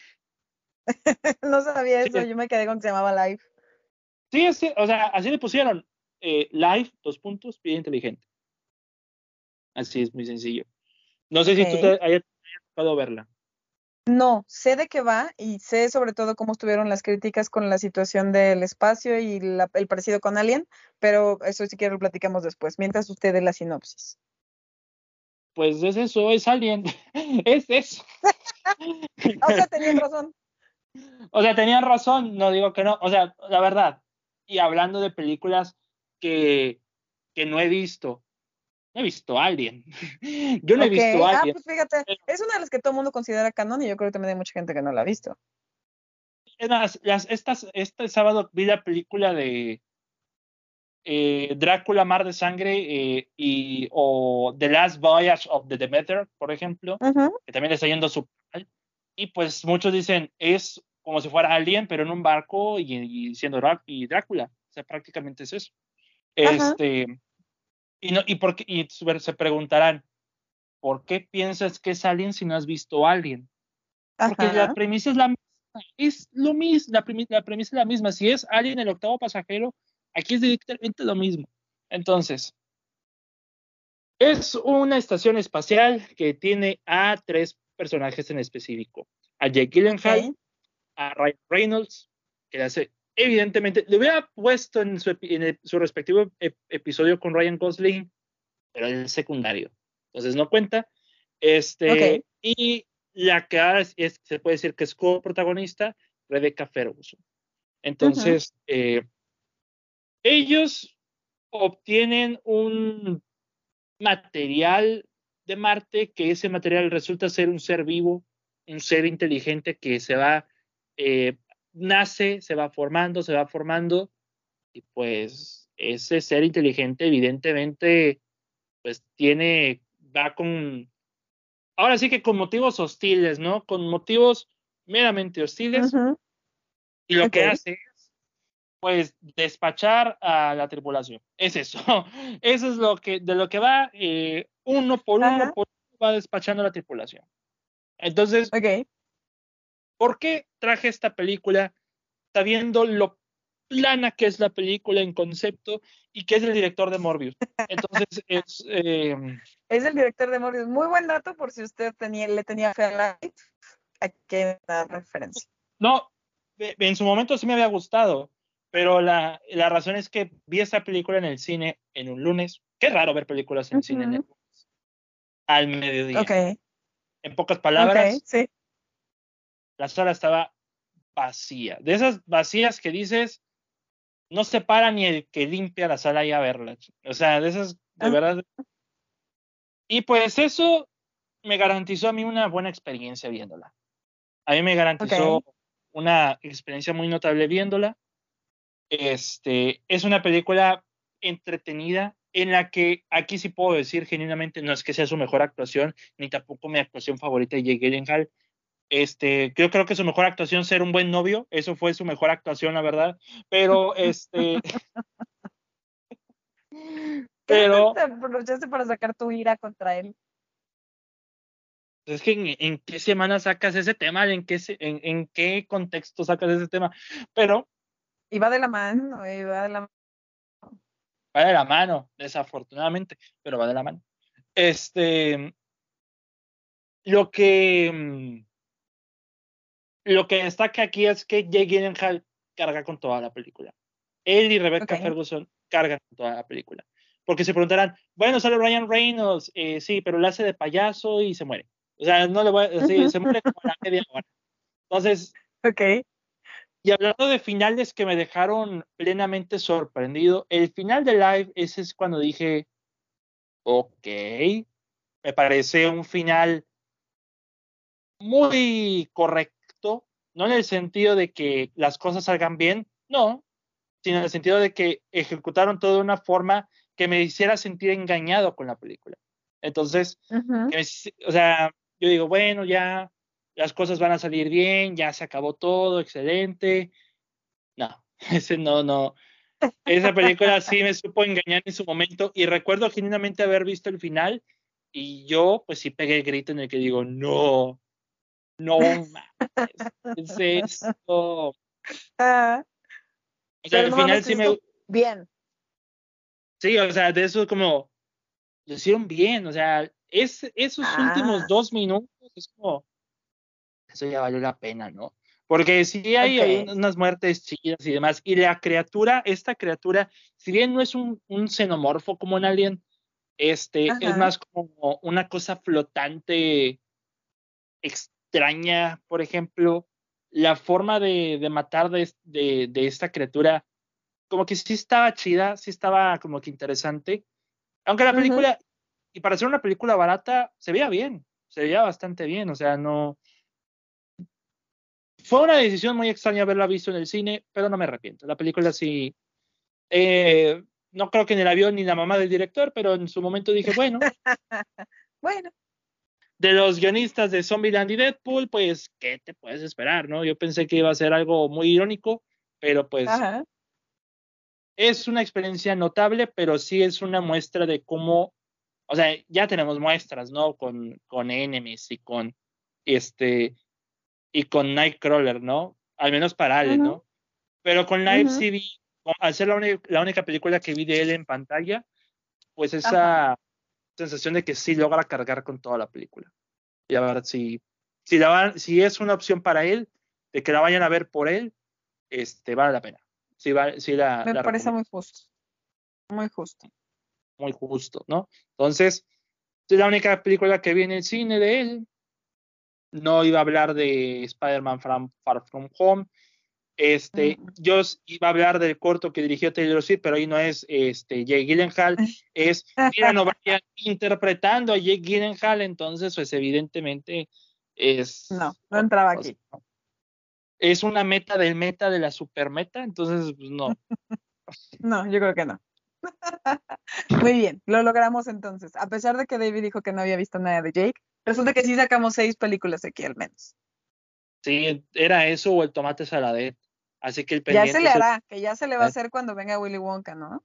No sabía Sí, eso, yo me quedé con que se llamaba Live. sí, sí, o sea, así le pusieron. Eh, Life, dos puntos, Vida Inteligente. Así es, muy sencillo. No sé si tú Ok. te hayas tocado verla. No, sé de qué va y sé sobre todo cómo estuvieron las críticas con la situación del espacio y la- el parecido con Alien, pero eso si quiero lo platicamos después, mientras usted dé la sinopsis. Pues es eso, es Alien. Es eso. O sea, tenían razón. O sea, tenían razón, no digo que no. O sea, la verdad. Y hablando de películas que, que no he visto, no he visto Alien. Yo no he Ok, visto ah, Alien. pues fíjate, es una de las que todo el mundo considera canon y yo creo que también hay mucha gente que no la ha visto. Es más, las, estas, este sábado vi la película de eh, Drácula, Mar de Sangre eh, y, o The Last Voyage of the Demeter, por ejemplo, Ujú, que también le está yendo súper mal. Y pues muchos dicen, es como si fuera Alien, pero en un barco y, y siendo Drá- y Drácula. O sea, prácticamente es eso. ajá, Este, y, no, y, por qué- y se preguntarán, ¿por qué piensas que es Alien si no has visto Alien? Porque la ajá. premisa es la misma, es lo mismo, la, premi- la premisa es la misma. Si es Alien el octavo pasajero, aquí es directamente lo mismo. Entonces, es una estación espacial que tiene a tres personajes en específico. A Jake Gyllenhaal, Ok, a Ryan Reynolds, que le hace, evidentemente, le hubiera puesto en su, epi- en el- su respectivo ep- episodio con Ryan Gosling, pero es secundario. Entonces no cuenta. ok, Este, y la que ahora es, es- se puede decir que es coprotagonista, Rebecca Ferguson. ujú, Entonces, eh, ellos obtienen un material de Marte, que ese material resulta ser un ser vivo, un ser inteligente que se va, eh, nace, se va formando, se va formando, y pues ese ser inteligente evidentemente pues tiene, va con, ahora sí que con motivos hostiles, ¿no? Con motivos meramente hostiles, ujú, y lo ok, que hace es pues despachar a la tripulación. Es eso. Eso es lo que, de lo que va, eh, uno por uno ajá, por uno va despachando a la tripulación. Entonces, ok, ¿por qué traje esta película sabiendo lo plana que es la película en concepto y que es el director de Morbius? Entonces, es, eh, es el director de Morbius. Muy buen dato por si usted tenía, le tenía fe a Light, aquí hay una referencia. no, en su momento sí me había gustado, pero la, la razón es que vi esta película en el cine en un lunes. Qué raro ver películas en el cine en el, Ujú, al mediodía. ok, En pocas ok, palabras, sí. la sala estaba vacía. De esas vacías que dices, no se para ni el que limpia la sala y a verla. O sea, de esas, de Ah, verdad. Y pues eso, me garantizó a mí una buena experiencia viéndola. A mí me garantizó okay. una experiencia muy notable viéndola. Este, es una película entretenida en la que aquí sí puedo decir genuinamente no es que sea su mejor actuación ni tampoco mi actuación favorita de Jake Gyllenhaal. Este, yo creo que su mejor actuación ser un buen novio, eso fue su mejor actuación, la verdad. Pero este pero te aprovechaste para sacar tu ira contra él. Es que en, en qué semana sacas ese tema, en qué, en, en qué contexto sacas ese tema, pero... Y va de la mano, y va de la mano. Va de la mano, desafortunadamente, pero va de la mano. Este... Lo que... Lo que destaca aquí es que Jake Gyllenhaal carga con toda la película. Él y Rebecca okay. Ferguson cargan con toda la película. Porque se preguntarán, bueno, sale Ryan Reynolds, eh, sí, pero lo hace de payaso y se muere. O sea, no le voy a, sí, se muere como a la media hora. Entonces, okay. Y hablando de finales que me dejaron plenamente sorprendido, el final de Live, ese es cuando dije, ok, me parece un final muy correcto, no en el sentido de que las cosas salgan bien, no, sino en el sentido de que ejecutaron todo de una forma que me hiciera sentir engañado con la película. Entonces, uh-huh. que me, o sea, yo digo, bueno, ya las cosas van a salir bien, ya se acabó todo, excelente. No, ese no, no. Esa película sí me supo engañar en su momento y recuerdo genuinamente haber visto el final y yo pues sí pegué el grito en el que digo, no, no mames, es esto. Uh, o sea, al no final mames, sí me... Bien. Sí, o sea, de eso como, lo hicieron bien, o sea, es, esos ah. últimos dos minutos es como, eso ya valió la pena, ¿no? Porque sí hay okay. unas muertes chidas y demás. Y la criatura, esta criatura, si bien no es un, un xenomorfo como un alien, este, Ajá. es más como una cosa flotante extraña, por ejemplo. La forma de, de matar de, de, de esta criatura, como que sí estaba chida, sí estaba como que interesante. Aunque la película, uh-huh. y para ser una película barata, se veía bien, se veía bastante bien, o sea, no... Fue una decisión muy extraña haberla visto en el cine, pero no me arrepiento. La película sí, eh, no creo que ni la vio ni la mamá del director, pero en su momento dije, bueno. bueno. De los guionistas de Zombieland y Deadpool, pues, ¿qué te puedes esperar, no? Yo pensé que iba a ser algo muy irónico, pero pues Ajá. es una experiencia notable, pero sí es una muestra de cómo, o sea, ya tenemos muestras, ¿no? Con, con Enemies y con este y con Nightcrawler, ¿no? Al menos para Allen, uh-huh. ¿no? Pero con Live uh-huh. sí vi, al ser la, un- la única película que vi de él en pantalla, pues esa Ajá. sensación de que sí logra cargar con toda la película. Y a ver si, si, la van, si es una opción para él, de que la vayan a ver por él, este, vale la pena. Sí, vale, sí la, Me la parece recomiendo. muy justo. Muy justo. Muy justo, ¿no? Entonces, es la única película que vi en el cine de él. No iba a hablar de Spider-Man From, Far From Home. Este, mm. Yo iba a hablar del corto que dirigió Taylor Swift, pero ahí no es este, Jake Gyllenhaal, es Dylan O'Brien interpretando a Jake Gyllenhaal, entonces, pues evidentemente es... No, no entraba aquí. ¿no? Es una meta del meta de la super meta, entonces, pues no. No, yo creo que no. Muy bien, lo logramos entonces. A pesar de que David dijo que no había visto nada de Jake, resulta que sí sacamos seis películas aquí al menos. Sí, era eso o el tomate saladet. Así que el pendiente... Ya se le hará, el... que ya se le va a hacer cuando venga Willy Wonka, ¿no?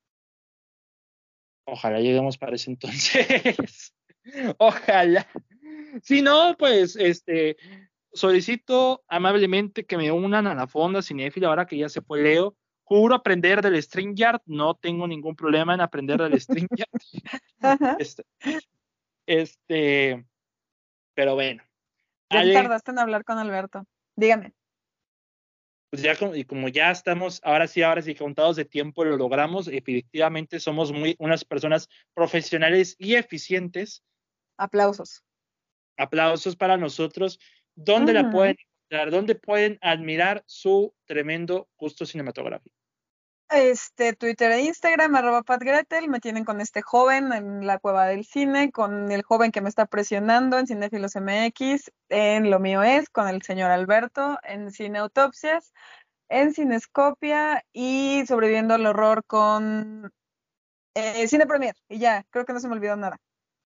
Ojalá lleguemos para ese entonces. Ojalá. Si no, pues, este, solicito amablemente que me unan a la fonda cinéfila ahora que ya se fue Leo. Juro aprender del StreamYard, no tengo ningún problema en aprender del StreamYard. este, este, pero bueno. Ya Ale, te tardaste en hablar con Alberto. Dígame. Pues ya como, y como ya estamos, ahora sí, ahora sí, contados de tiempo lo logramos, efectivamente somos muy unas personas profesionales y eficientes. Aplausos. Aplausos para nosotros. ¿Dónde uh-huh. la pueden encontrar? ¿Dónde pueden admirar su tremendo gusto cinematográfico? Este, Twitter e Instagram, arroba Pat Gretel, me tienen con este joven en la cueva del cine, con el joven que me está presionando en Cinéfilos M X, en Lo Mío Es, con el señor Alberto, en Cine Autopsias, en Cinescopia y Sobreviviendo al Horror con eh, Cine Premier. Y ya, creo que no se me olvidó nada.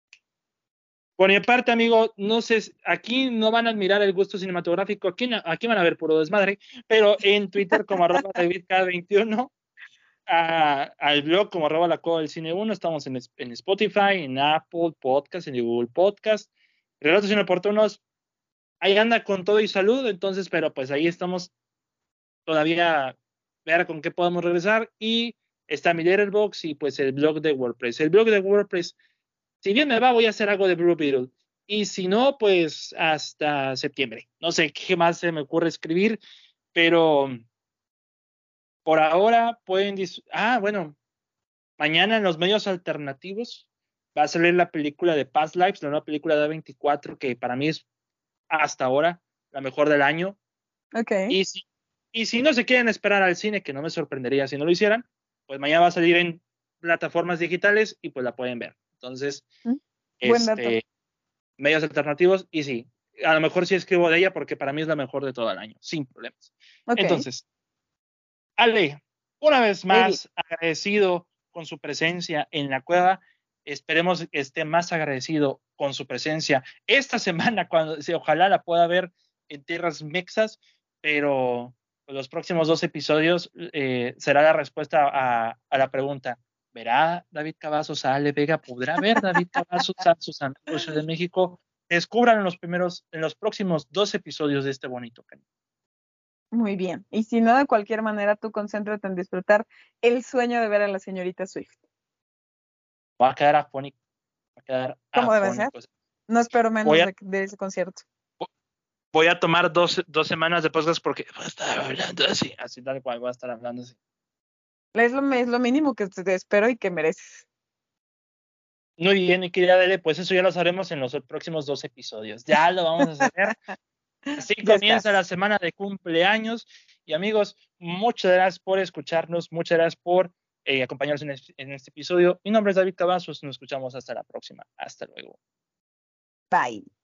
Por mi parte, amigo, no sé, aquí no van a admirar el gusto cinematográfico, aquí, aquí van a ver puro desmadre, pero en Twitter como arroba David K veintiuno, a, al blog como arroba la Cueva del Cine uno, estamos en, en Spotify, en Apple Podcast, en Google Podcast, Relatos Inoportunos, ahí anda con todo y salud, entonces, pero pues ahí estamos todavía, ver con qué podemos regresar, y está mi Letterboxd y pues el blog de WordPress. El blog de WordPress, si bien me va, voy a hacer algo de Blue Beetle. Y si no, pues hasta septiembre. No sé qué más se me ocurre escribir, pero por ahora pueden... Ah, bueno, mañana en los medios alternativos va a salir la película de Past Lives, la nueva película de A veinticuatro, que para mí es hasta ahora la mejor del año. Ok. Y si, y si no se quieren esperar al cine, que no me sorprendería si no lo hicieran, pues mañana va a salir en plataformas digitales y pues la pueden ver. Entonces, ¿Mm? Buen dato. este... medios alternativos, y sí, a lo mejor sí escribo de ella porque para mí es la mejor de todo el año, sin problemas. Ok. Entonces, Ale, una vez Eddie. más agradecido con su presencia en la cueva, esperemos que esté más agradecido con su presencia esta semana, cuando sí, ojalá la pueda ver en tierras mexas, pero los próximos dos episodios eh, será la respuesta a, a la pregunta: ¿verá David Cavazos a Ale Vega? ¿Podrá ver David Cavazos a sus amigos de México? Descubran en los primeros, en los próximos dos episodios de este bonito canal. Muy bien. Y si no, de cualquier manera, tú concéntrate en disfrutar el sueño de ver a la señorita Swift. Va a quedar afónico, va a quedar ¿Cómo debe ser? afónico. No espero Voy menos a, de, de ese concierto. voy a tomar dos, dos semanas de podcast porque voy a estar hablando así, así tal cual, voy a estar hablando así. Es lo, es lo mínimo que te espero y que mereces. Muy bien, mi querida Dele, pues eso ya lo sabremos en los próximos dos episodios. Ya lo vamos a saber. Así Ya comienza la estás. semana de cumpleaños. Y amigos, muchas gracias por escucharnos, muchas gracias por eh, acompañarnos en este, en este episodio. Mi nombre es David Cavazos, nos escuchamos hasta la próxima. Hasta luego. Bye.